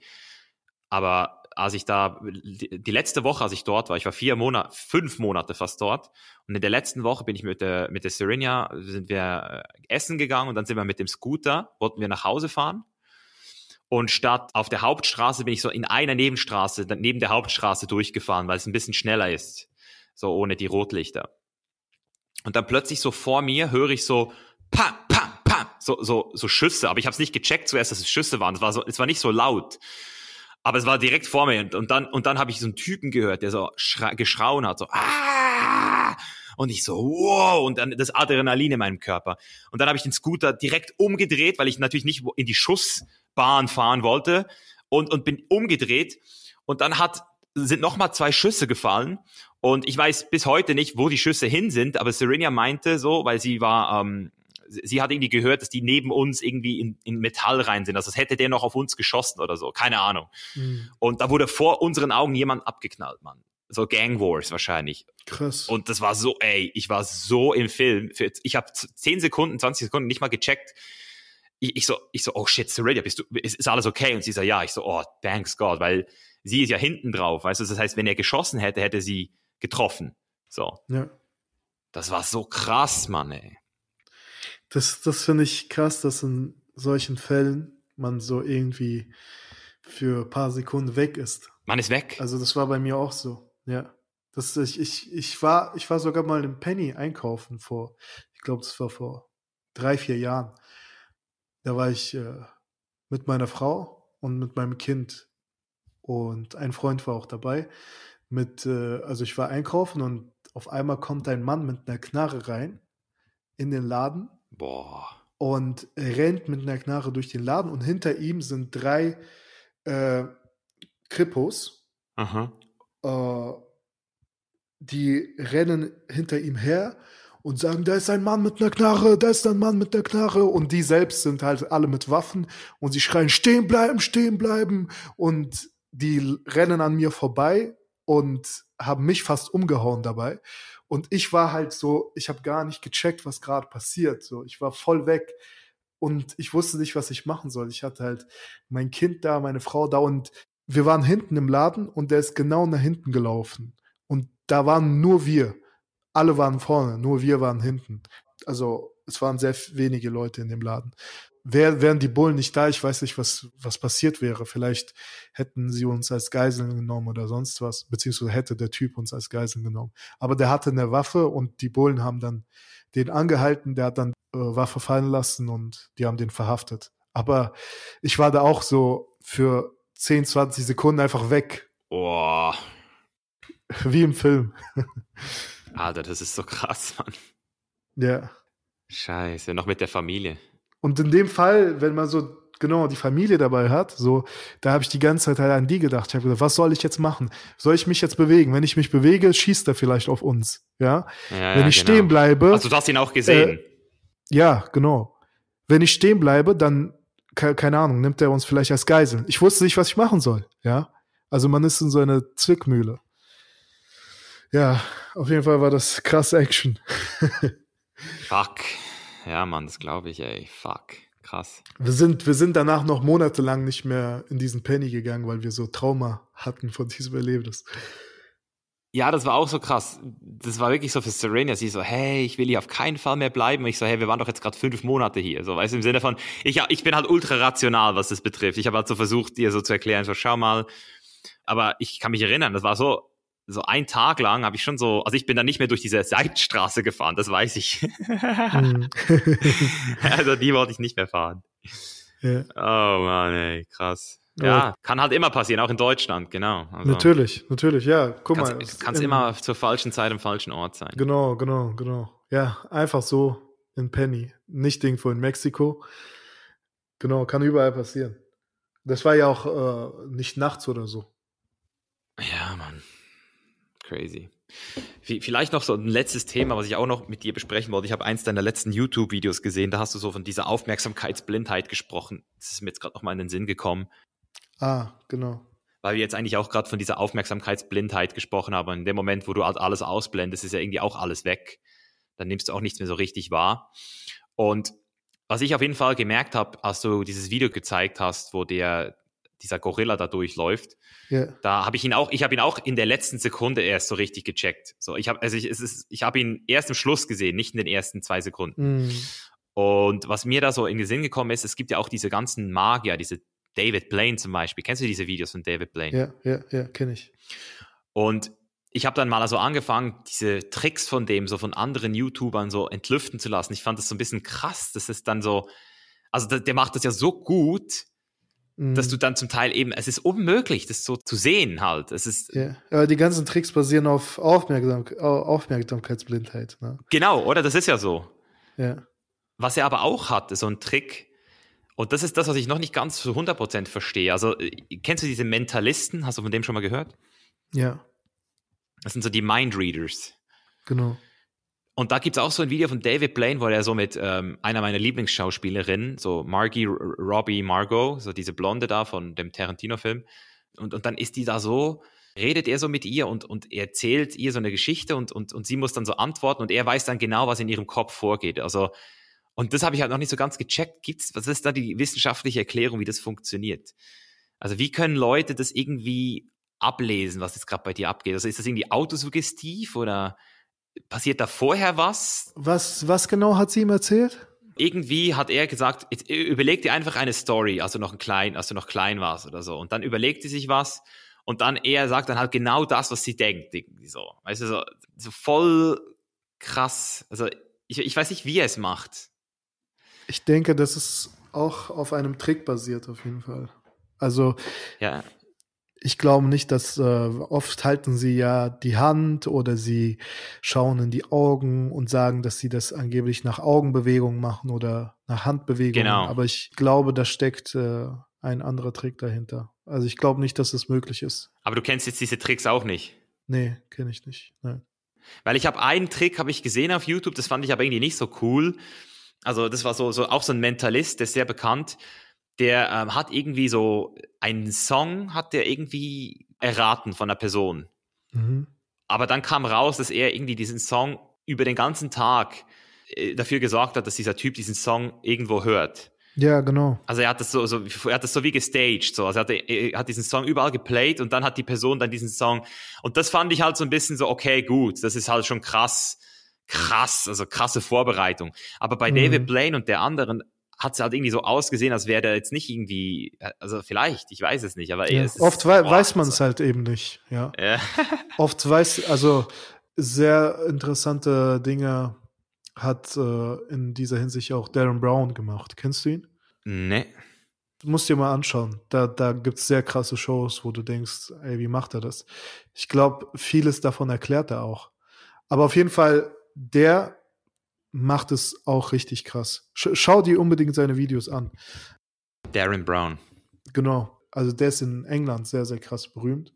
[SPEAKER 1] Aber als ich da, die letzte Woche, als ich dort war, ich war 5 Monate fast dort. Und in der letzten Woche bin ich mit der Serena, sind wir essen gegangen und dann sind wir mit dem Scooter, wollten wir nach Hause fahren. Und statt auf der Hauptstraße bin ich so in einer Nebenstraße, neben der Hauptstraße durchgefahren, weil es ein bisschen schneller ist. So ohne die Rotlichter. Und dann plötzlich so vor mir höre ich so pam, pam, pam, so Schüsse. Aber ich habe es nicht gecheckt zuerst, dass es Schüsse waren. Es war nicht so laut. Aber es war direkt vor mir. Und dann habe ich so einen Typen gehört, der so geschrauen hat. So, ah! Und ich so, wow, und dann das Adrenalin in meinem Körper. Und dann habe ich den Scooter direkt umgedreht, weil ich natürlich nicht in die Schussbahn fahren wollte und bin umgedreht. Und dann sind nochmal 2 Schüsse gefallen. Und ich weiß bis heute nicht, wo die Schüsse hin sind, aber Serena meinte so, weil sie hat irgendwie gehört, dass die neben uns irgendwie in Metall rein sind. Also das hätte der noch auf uns geschossen oder so. Keine Ahnung. Mhm. Und da wurde vor unseren Augen jemand abgeknallt, Mann. So Gang Wars wahrscheinlich. Krass. Und das war so, ich war so im Film. Ich habe 10 Sekunden, 20 Sekunden nicht mal gecheckt. Ich so, oh shit, Serena, ist alles okay? Und sie so, ja. Ich so, oh, thanks God, weil sie ist ja hinten drauf, weißt du? Das heißt, wenn er geschossen hätte, hätte sie getroffen. So. Ja. Das war so krass, Mann, ey.
[SPEAKER 2] Das finde ich krass, dass in solchen Fällen man so irgendwie für ein paar Sekunden weg ist.
[SPEAKER 1] Man ist weg.
[SPEAKER 2] Also das war bei mir auch so. Ja, ich war sogar mal im Penny einkaufen ich glaube, das war vor 3-4 Jahren. Da war ich mit meiner Frau und mit meinem Kind und ein Freund war auch dabei. Also ich war einkaufen und auf einmal kommt ein Mann mit einer Knarre rein in den Laden.
[SPEAKER 1] Boah.
[SPEAKER 2] Und rennt mit einer Knarre durch den Laden und hinter ihm sind 3 Krippos.
[SPEAKER 1] Aha.
[SPEAKER 2] Die rennen hinter ihm her und sagen, da ist ein Mann mit einer Knarre, da ist ein Mann mit einer Knarre. Und die selbst sind halt alle mit Waffen und sie schreien, stehen bleiben, stehen bleiben. Und die rennen an mir vorbei und haben mich fast umgehauen dabei. Und ich war halt so, ich habe gar nicht gecheckt, was gerade passiert. So, ich war voll weg und ich wusste nicht, was ich machen soll. Ich hatte halt mein Kind da, meine Frau da und wir waren hinten im Laden und der ist genau nach hinten gelaufen. Und da waren nur wir. Alle waren vorne, nur wir waren hinten. Also es waren sehr wenige Leute in dem Laden. Wären die Bullen nicht da, ich weiß nicht, was passiert wäre. Vielleicht hätten sie uns als Geiseln genommen oder sonst was, beziehungsweise hätte der Typ uns als Geiseln genommen. Aber der hatte eine Waffe und die Bullen haben dann den angehalten, der hat dann Waffe fallen lassen und die haben den verhaftet. Aber ich war da auch so für 10, 20 Sekunden einfach weg.
[SPEAKER 1] Oh.
[SPEAKER 2] Wie im Film.
[SPEAKER 1] Alter, das ist so krass, Mann.
[SPEAKER 2] Ja.
[SPEAKER 1] Scheiße, noch mit der Familie.
[SPEAKER 2] Und in dem Fall, wenn man so genau die Familie dabei hat, so, da habe ich die ganze Zeit halt an die gedacht. Ich habe gedacht, was soll ich jetzt machen? Soll ich mich jetzt bewegen? Wenn ich mich bewege, schießt er vielleicht auf uns. Ja. Wenn ich stehen bleibe.
[SPEAKER 1] Also du hast ihn auch gesehen.
[SPEAKER 2] Ja, genau. Wenn ich stehen bleibe, dann, keine Ahnung, nimmt er uns vielleicht als Geiseln. Ich wusste nicht, was ich machen soll. Ja. Also man ist in so einer Zwickmühle. Ja, auf jeden Fall war das krass Action.
[SPEAKER 1] Fuck. Ja, Mann, das glaube ich, ey. Fuck. Krass.
[SPEAKER 2] Wir sind danach noch monatelang nicht mehr in diesen Penny gegangen, weil wir so Trauma hatten von diesem Erlebnis.
[SPEAKER 1] Ja, das war auch so krass. Das war wirklich so für Serena. Sie so, hey, ich will hier auf keinen Fall mehr bleiben. Und ich so, hey, wir waren doch jetzt gerade 5 Monate hier. So, weißt du, im Sinne von, ich bin halt ultra rational, was das betrifft. Ich habe halt so versucht, dir so zu erklären, so, schau mal. Aber ich kann mich erinnern, das war so ein Tag lang habe ich schon so, also ich bin dann nicht mehr durch diese Seitenstraße gefahren, das weiß ich. Also die wollte ich nicht mehr fahren.
[SPEAKER 2] Ja.
[SPEAKER 1] Oh Mann, ey, krass. Ja, kann halt immer passieren, auch in Deutschland, genau. Also,
[SPEAKER 2] natürlich, ja. Guck mal.
[SPEAKER 1] Kannst immer zur falschen Zeit am falschen Ort sein.
[SPEAKER 2] Genau. Ja, einfach so in Penny, nicht irgendwo in Mexiko. Genau, kann überall passieren. Das war ja auch nicht nachts oder so.
[SPEAKER 1] Ja, Mann. Crazy. Vielleicht noch so ein letztes Thema, was ich auch noch mit dir besprechen wollte. Ich habe eins deiner letzten YouTube-Videos gesehen, da hast du so von dieser Aufmerksamkeitsblindheit gesprochen. Das ist mir jetzt gerade noch mal in den Sinn gekommen.
[SPEAKER 2] Ah, genau.
[SPEAKER 1] Weil wir jetzt eigentlich auch gerade von dieser Aufmerksamkeitsblindheit gesprochen haben. In dem Moment, wo du halt alles ausblendest, ist ja irgendwie auch alles weg. Dann nimmst du auch nichts mehr so richtig wahr. Und was ich auf jeden Fall gemerkt habe, als du dieses Video gezeigt hast, wo dieser Gorilla da durchläuft,
[SPEAKER 2] yeah.
[SPEAKER 1] Da habe ich ihn auch in der letzten Sekunde erst so richtig gecheckt. So, ich habe ihn erst im Schluss gesehen, nicht in den ersten 2 Sekunden. Und was mir da so in den Sinn gekommen ist, es gibt ja auch diese ganzen Magier, diese David Blaine zum Beispiel. Kennst du diese Videos von David Blaine?
[SPEAKER 2] Ja, kenne ich.
[SPEAKER 1] Und ich habe dann mal so angefangen, diese Tricks von dem so von anderen YouTubern so entlüften zu lassen. Ich fand das so ein bisschen krass. Das ist dann so, also der macht das ja so gut, dass du dann zum Teil eben, es ist unmöglich, das so zu sehen halt. Es ist,
[SPEAKER 2] ja, aber die ganzen Tricks basieren auf Aufmerksamkeitsblindheit. Ne?
[SPEAKER 1] Genau, oder? Das ist ja so.
[SPEAKER 2] Ja.
[SPEAKER 1] Was er aber auch hat, ist so ein Trick, und das ist das, was ich noch nicht ganz zu 100% verstehe. Also, kennst du diese Mentalisten? Hast du von dem schon mal gehört?
[SPEAKER 2] Ja.
[SPEAKER 1] Das sind so die Mindreaders.
[SPEAKER 2] Genau.
[SPEAKER 1] Und da gibt es auch so ein Video von David Blaine, wo er so mit einer meiner Lieblingsschauspielerinnen, so Robbie Margot, so diese Blonde da von dem Tarantino-Film, und dann ist die da so, redet er so mit ihr und er erzählt ihr so eine Geschichte und sie muss dann so antworten und er weiß dann genau, was in ihrem Kopf vorgeht. Also, und das habe ich halt noch nicht so ganz gecheckt. Was ist da die wissenschaftliche Erklärung, wie das funktioniert? Also wie können Leute das irgendwie ablesen, was jetzt gerade bei dir abgeht? Also ist das irgendwie autosuggestiv oder passiert da vorher was?
[SPEAKER 2] Was genau hat sie ihm erzählt?
[SPEAKER 1] Irgendwie hat er gesagt, jetzt überleg dir einfach eine Story, als du noch klein warst oder so. Und dann überlegt sie sich was und dann er sagt dann halt genau das, was sie denkt. Irgendwie so. Weißt du, so voll krass. Also ich weiß nicht, wie er es macht.
[SPEAKER 2] Ich denke, dass es auch auf einem Trick basiert, auf jeden Fall. Also,
[SPEAKER 1] ja.
[SPEAKER 2] Ich glaube nicht, dass oft halten sie ja die Hand oder sie schauen in die Augen und sagen, dass sie das angeblich nach Augenbewegungen machen oder nach Handbewegungen.
[SPEAKER 1] Genau.
[SPEAKER 2] Aber ich glaube, da steckt ein anderer Trick dahinter. Also ich glaube nicht, dass es möglich ist.
[SPEAKER 1] Aber du kennst jetzt diese Tricks auch nicht?
[SPEAKER 2] Nee, kenne ich nicht. Nein.
[SPEAKER 1] Weil ich habe einen Trick, habe ich gesehen auf YouTube, das fand ich aber irgendwie nicht so cool. Also das war so auch so ein Mentalist, der ist sehr bekannt. Der hat irgendwie so einen Song, hat der irgendwie erraten von einer Person.
[SPEAKER 2] Mhm.
[SPEAKER 1] Aber dann kam raus, dass er irgendwie diesen Song über den ganzen Tag dafür gesorgt hat, dass dieser Typ diesen Song irgendwo hört.
[SPEAKER 2] Ja, genau.
[SPEAKER 1] Also er hat das er hat das so wie gestaged, so. Also er hat diesen Song überall geplayt und dann hat die Person dann diesen Song. Und das fand ich halt so ein bisschen so, okay, gut, das ist halt schon krass, also krasse Vorbereitung. Aber bei David Blaine und der anderen hat es halt irgendwie so ausgesehen, als wäre der jetzt nicht irgendwie, also vielleicht, ich weiß es nicht, aber
[SPEAKER 2] Ja.
[SPEAKER 1] es ist,
[SPEAKER 2] Oft weiß man es halt eben nicht, ja. Oft also sehr interessante Dinge hat in dieser Hinsicht auch Darren Brown gemacht. Kennst du ihn?
[SPEAKER 1] Nee.
[SPEAKER 2] Du musst dir mal anschauen. Da gibt es sehr krasse Shows, wo du denkst, ey, wie macht er das? Ich glaube, vieles davon erklärt er auch. Aber auf jeden Fall, der macht es auch richtig krass. Schau dir unbedingt seine Videos an.
[SPEAKER 1] Darren Brown.
[SPEAKER 2] Genau. Also der ist in England sehr, sehr krass berühmt.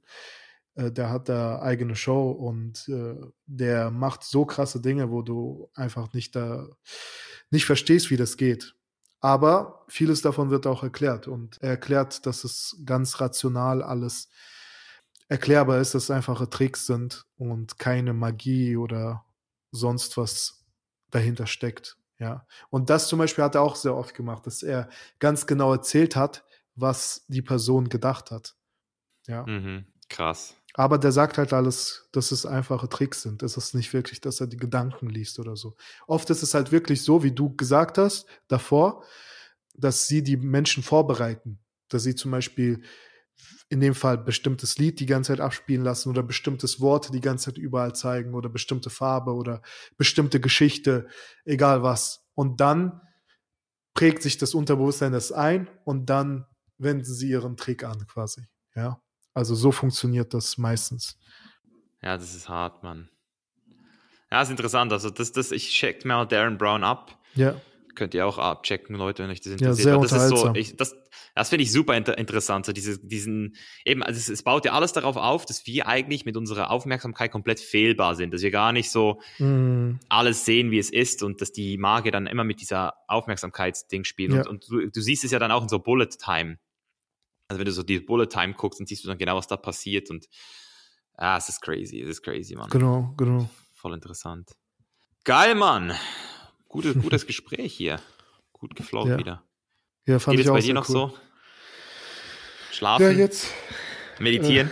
[SPEAKER 2] Der hat da eigene Show und der macht so krasse Dinge, wo du einfach nicht verstehst, wie das geht. Aber vieles davon wird auch erklärt und er erklärt, dass es ganz rational alles erklärbar ist, dass es einfache Tricks sind und keine Magie oder sonst was dahinter steckt. Ja. Und das zum Beispiel hat er auch sehr oft gemacht, dass er ganz genau erzählt hat, was die Person gedacht hat. Ja.
[SPEAKER 1] Mhm, krass.
[SPEAKER 2] Aber der sagt halt alles, dass es einfache Tricks sind. Es ist nicht wirklich, dass er die Gedanken liest oder so. Oft ist es halt wirklich so, wie du gesagt hast davor, dass sie die Menschen vorbereiten. Dass sie zum Beispiel in dem Fall bestimmtes Lied die ganze Zeit abspielen lassen oder bestimmtes Wort die ganze Zeit überall zeigen oder bestimmte Farbe oder bestimmte Geschichte, egal was. Und dann prägt sich das Unterbewusstsein das ein und dann wenden sie ihren Trick an quasi. Ja. Also so funktioniert das meistens.
[SPEAKER 1] Ja, das ist hart, Mann. Ja, ist interessant. Also ich check mal Darren Brown ab.
[SPEAKER 2] Ja.
[SPEAKER 1] Könnt ihr auch abchecken, Leute, wenn euch das
[SPEAKER 2] Ja,
[SPEAKER 1] interessiert.
[SPEAKER 2] sehr
[SPEAKER 1] Das ist so,
[SPEAKER 2] unterhaltsam.
[SPEAKER 1] das finde ich super interessant. So eben, also es baut ja alles darauf auf, dass wir eigentlich mit unserer Aufmerksamkeit komplett fehlbar sind, dass wir gar nicht so alles sehen, wie es ist und dass die Magier dann immer mit dieser Aufmerksamkeitsding spielen.
[SPEAKER 2] Ja.
[SPEAKER 1] Und du siehst es ja dann auch in so Bullet Time. Also wenn du so die Bullet Time guckst, dann siehst du dann genau, was da passiert und es ist crazy, Mann.
[SPEAKER 2] Genau.
[SPEAKER 1] Voll interessant. Geil, Mann. Gutes Gespräch hier. Gut geflowt wieder.
[SPEAKER 2] Ja, fand
[SPEAKER 1] Geht
[SPEAKER 2] ich
[SPEAKER 1] es
[SPEAKER 2] auch
[SPEAKER 1] bei dir
[SPEAKER 2] sehr
[SPEAKER 1] noch
[SPEAKER 2] cool.
[SPEAKER 1] so? Schlafen?
[SPEAKER 2] Ja, jetzt.
[SPEAKER 1] Meditieren?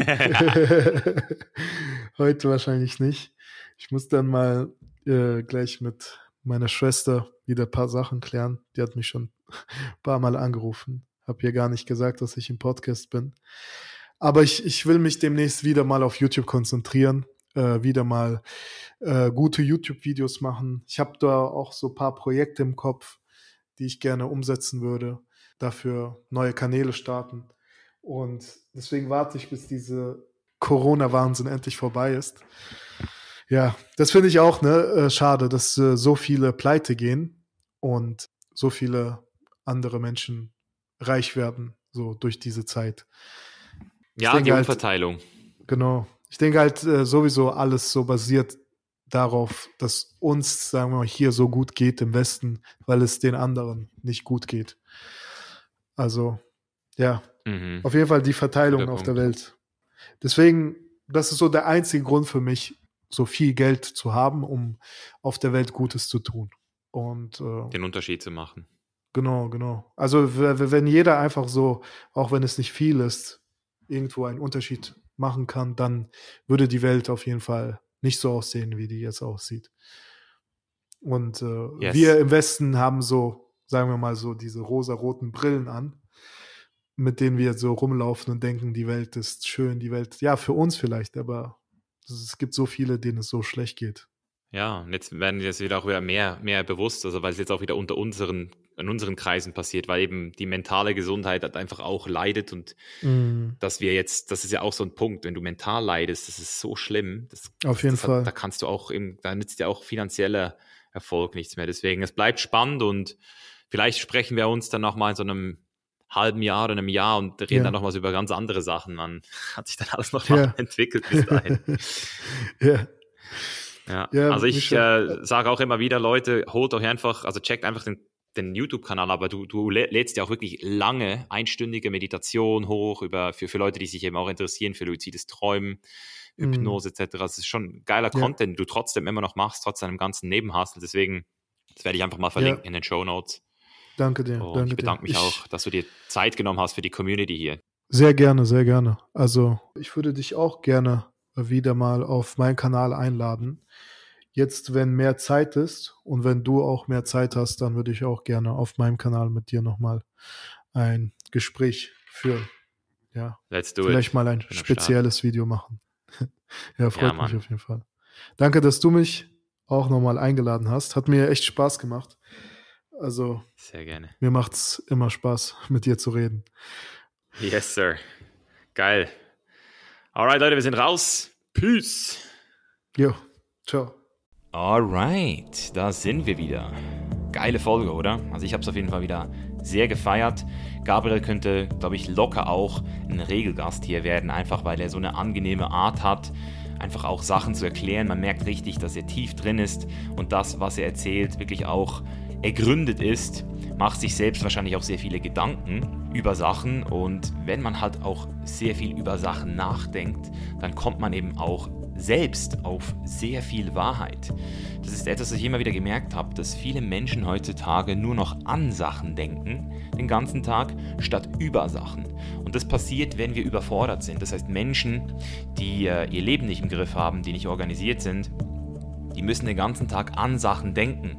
[SPEAKER 2] Heute wahrscheinlich nicht. Ich muss dann mal gleich mit meiner Schwester wieder ein paar Sachen klären. Die hat mich schon ein paar Mal angerufen. Hab ihr gar nicht gesagt, dass ich im Podcast bin. Aber ich will mich demnächst wieder mal auf YouTube konzentrieren. Wieder mal gute YouTube-Videos machen. Ich habe da auch so ein paar Projekte im Kopf, die ich gerne umsetzen würde. Dafür neue Kanäle starten. Und deswegen warte ich, bis diese Corona-Wahnsinn endlich vorbei ist. Ja, das finde ich auch schade, dass so viele pleite gehen und so viele andere Menschen reich werden, so durch diese Zeit.
[SPEAKER 1] Ja, die Umverteilung.
[SPEAKER 2] Genau. Ich denke halt sowieso alles so basiert darauf, dass uns, sagen wir mal, hier so gut geht im Westen, weil es den anderen nicht gut geht. Also, ja, auf jeden Fall die Verteilung auf der Welt. Deswegen, das ist so der einzige Grund für mich, so viel Geld zu haben, um auf der Welt Gutes zu tun. Und
[SPEAKER 1] den Unterschied zu machen.
[SPEAKER 2] Genau. Also wenn jeder einfach so, auch wenn es nicht viel ist, irgendwo einen Unterschied machen kann, dann würde die Welt auf jeden Fall nicht so aussehen, wie die jetzt aussieht. Und wir im Westen haben so, sagen wir mal so, diese rosa-roten Brillen an, mit denen wir so rumlaufen und denken, die Welt ist schön, die Welt, ja, für uns vielleicht, aber es gibt so viele, denen es so schlecht geht.
[SPEAKER 1] Ja, und jetzt werden wir es wieder auch wieder mehr bewusst, also weil es jetzt auch wieder in unseren Kreisen passiert, weil eben die mentale Gesundheit halt einfach auch leidet und dass wir jetzt, das ist ja auch so ein Punkt, wenn du mental leidest, das ist so schlimm.
[SPEAKER 2] Auf jeden Fall.
[SPEAKER 1] Da kannst du auch, da nützt dir auch finanzieller Erfolg nichts mehr. Deswegen, es bleibt spannend und vielleicht sprechen wir uns dann nochmal in so einem halben Jahr oder einem Jahr und reden dann nochmal so über ganz andere Sachen. Man hat sich dann alles nochmal entwickelt bis dahin.
[SPEAKER 2] Ja.
[SPEAKER 1] Ja.
[SPEAKER 2] Ja,
[SPEAKER 1] Also ich
[SPEAKER 2] nicht schlecht.
[SPEAKER 1] sage auch immer wieder, Leute, holt euch einfach, also checkt einfach den YouTube-Kanal, aber du lädst ja auch wirklich lange, einstündige Meditation hoch für Leute, die sich eben auch interessieren für luzides Träumen, Hypnose etc. Das ist schon geiler
[SPEAKER 2] Ja,
[SPEAKER 1] Content, den du trotzdem immer noch machst, trotz deinem ganzen Nebenhustle. Deswegen, das werde ich einfach mal
[SPEAKER 2] ja,
[SPEAKER 1] verlinken in den Shownotes.
[SPEAKER 2] danke dir,
[SPEAKER 1] Und ich
[SPEAKER 2] danke dir.
[SPEAKER 1] bedanke mich auch, dass du dir Zeit genommen hast für die Community hier.
[SPEAKER 2] Sehr gerne, sehr gerne. Also, ich würde dich auch gerne wieder mal auf meinen Kanal einladen. Jetzt, wenn mehr Zeit ist und wenn du auch mehr Zeit hast, dann würde ich auch gerne auf meinem Kanal mit dir nochmal ein Gespräch führen. Ja,
[SPEAKER 1] Let's do
[SPEAKER 2] vielleicht
[SPEAKER 1] it.
[SPEAKER 2] mal ein
[SPEAKER 1] Bin am Start.
[SPEAKER 2] spezielles Video machen. Ja, freut mich
[SPEAKER 1] Mann.
[SPEAKER 2] auf jeden Fall. Danke, dass du mich auch nochmal eingeladen hast. Hat mir echt Spaß gemacht. Also,
[SPEAKER 1] Sehr gerne.
[SPEAKER 2] mir macht's immer Spaß, mit dir zu reden.
[SPEAKER 1] Yes, sir. Geil. Alright, Leute, wir sind raus. Peace.
[SPEAKER 2] Jo, ciao.
[SPEAKER 1] Alright, da sind wir wieder. Geile Folge, oder? Also ich habe es auf jeden Fall wieder sehr gefeiert. Gabriel könnte, glaube ich, locker auch ein Regelgast hier werden, einfach weil er so eine angenehme Art hat, einfach auch Sachen zu erklären. Man merkt richtig, dass er tief drin ist und das, was er erzählt, wirklich auch ergründet ist, macht sich selbst wahrscheinlich auch sehr viele Gedanken über Sachen und wenn man halt auch sehr viel über Sachen nachdenkt, dann kommt man eben auch selbst auf sehr viel Wahrheit. Das ist etwas, was ich immer wieder gemerkt habe, dass viele Menschen heutzutage nur noch an Sachen denken, den ganzen Tag, statt über Sachen. Und das passiert, wenn wir überfordert sind. Das heißt, Menschen, die ihr Leben nicht im Griff haben, die nicht organisiert sind, die müssen den ganzen Tag an Sachen denken.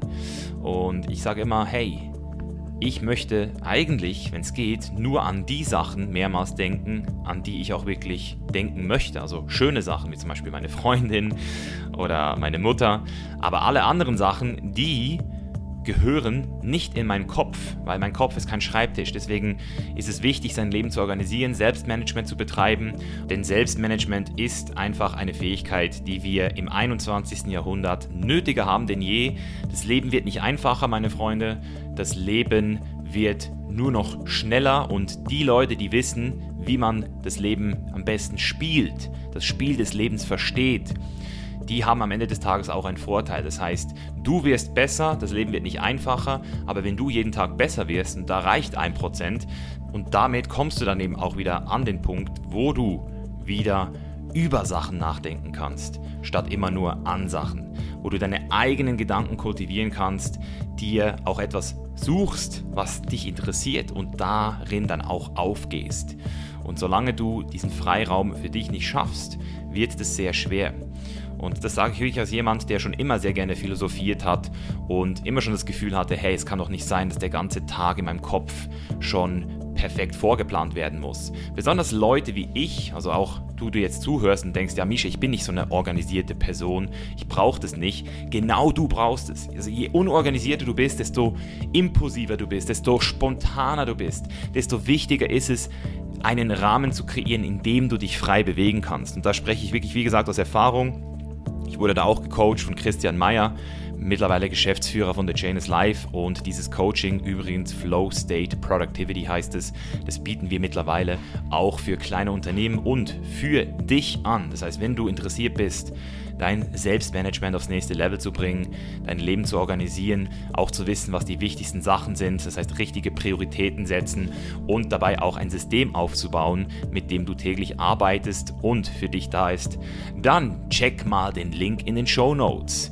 [SPEAKER 1] Und ich sage immer, hey, ich möchte eigentlich, wenn es geht, nur an die Sachen mehrmals denken, an die ich auch wirklich denken möchte. Also schöne Sachen, wie zum Beispiel meine Freundin oder meine Mutter. Aber alle anderen Sachen, die gehören nicht in meinen Kopf, weil mein Kopf ist kein Schreibtisch. Deswegen ist es wichtig, sein Leben zu organisieren, Selbstmanagement zu betreiben, denn Selbstmanagement ist einfach eine Fähigkeit, die wir im 21. Jahrhundert nötiger haben denn je. Das Leben wird nicht einfacher, meine Freunde. Das Leben wird nur noch schneller und die Leute, die wissen, wie man das Leben am besten spielt, das Spiel des Lebens versteht, die haben am Ende des Tages auch einen Vorteil. Das heißt, du wirst besser, das Leben wird nicht einfacher, aber wenn du jeden Tag besser wirst, und da reicht 1%, und damit kommst du dann eben auch wieder an den Punkt, wo du wieder über Sachen nachdenken kannst, statt immer nur an Sachen, wo du deine eigenen Gedanken kultivieren kannst, dir auch etwas suchst, was dich interessiert und darin dann auch aufgehst. Und solange du diesen Freiraum für dich nicht schaffst, wird es sehr schwer. Und das sage ich wirklich als jemand, der schon immer sehr gerne philosophiert hat und immer schon das Gefühl hatte, hey, es kann doch nicht sein, dass der ganze Tag in meinem Kopf schon perfekt vorgeplant werden muss. Besonders Leute wie ich, also auch du jetzt zuhörst und denkst, ja Mischa, ich bin nicht so eine organisierte Person, ich brauche das nicht. Genau du brauchst es. Also je unorganisierter du bist, desto impulsiver du bist, desto spontaner du bist, desto wichtiger ist es, einen Rahmen zu kreieren, in dem du dich frei bewegen kannst. Und da spreche ich wirklich, wie gesagt, aus Erfahrung. Ich wurde da auch gecoacht von Christian Meyer, mittlerweile Geschäftsführer von The Chain is Life, und dieses Coaching, übrigens Flow State Productivity heißt es, das bieten wir mittlerweile auch für kleine Unternehmen und für dich an. Das heißt, wenn du interessiert bist, dein Selbstmanagement aufs nächste Level zu bringen, dein Leben zu organisieren, auch zu wissen, was die wichtigsten Sachen sind, das heißt richtige Prioritäten setzen und dabei auch ein System aufzubauen, mit dem du täglich arbeitest und für dich da ist, dann check mal den Link in den Shownotes,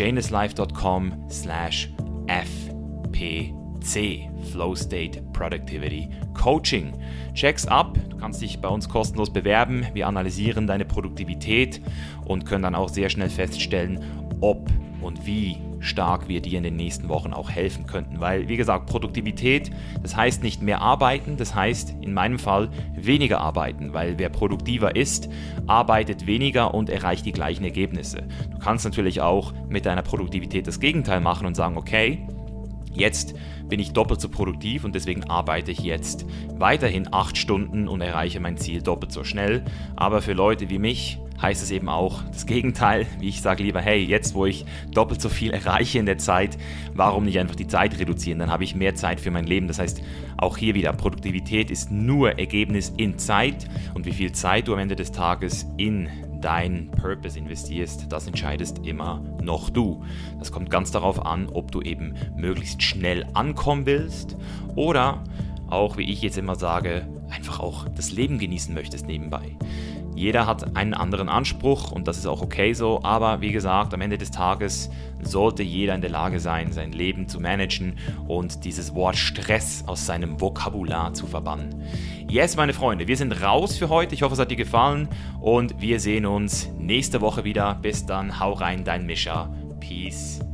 [SPEAKER 1] chainislife.com/FPC, Flow State Productivity Coaching. Check's ab, du kannst dich bei uns kostenlos bewerben, wir analysieren deine Produktivität und können dann auch sehr schnell feststellen, ob und wie stark wir dir in den nächsten Wochen auch helfen könnten. Weil, wie gesagt, Produktivität, das heißt nicht mehr arbeiten, das heißt in meinem Fall weniger arbeiten, weil wer produktiver ist, arbeitet weniger und erreicht die gleichen Ergebnisse. Du kannst natürlich auch mit deiner Produktivität das Gegenteil machen und sagen, okay, jetzt bin ich doppelt so produktiv und deswegen arbeite ich jetzt weiterhin 8 Stunden und erreiche mein Ziel doppelt so schnell. Aber für Leute wie mich heißt es eben auch das Gegenteil. Wie ich sage lieber, hey, jetzt wo ich doppelt so viel erreiche in der Zeit, warum nicht einfach die Zeit reduzieren? Dann habe ich mehr Zeit für mein Leben. Das heißt, auch hier wieder, Produktivität ist nur Ergebnis in Zeit und wie viel Zeit du am Ende des Tages in deinen Purpose investierst, das entscheidest immer noch du. Das kommt ganz darauf an, ob du eben möglichst schnell ankommen willst oder auch, wie ich jetzt immer sage, einfach auch das Leben genießen möchtest nebenbei. Jeder hat einen anderen Anspruch und das ist auch okay so, aber wie gesagt, am Ende des Tages sollte jeder in der Lage sein, sein Leben zu managen und dieses Wort Stress aus seinem Vokabular zu verbannen. Yes, meine Freunde, wir sind raus für heute. Ich hoffe, es hat dir gefallen und wir sehen uns nächste Woche wieder. Bis dann, hau rein, dein Mischa. Peace.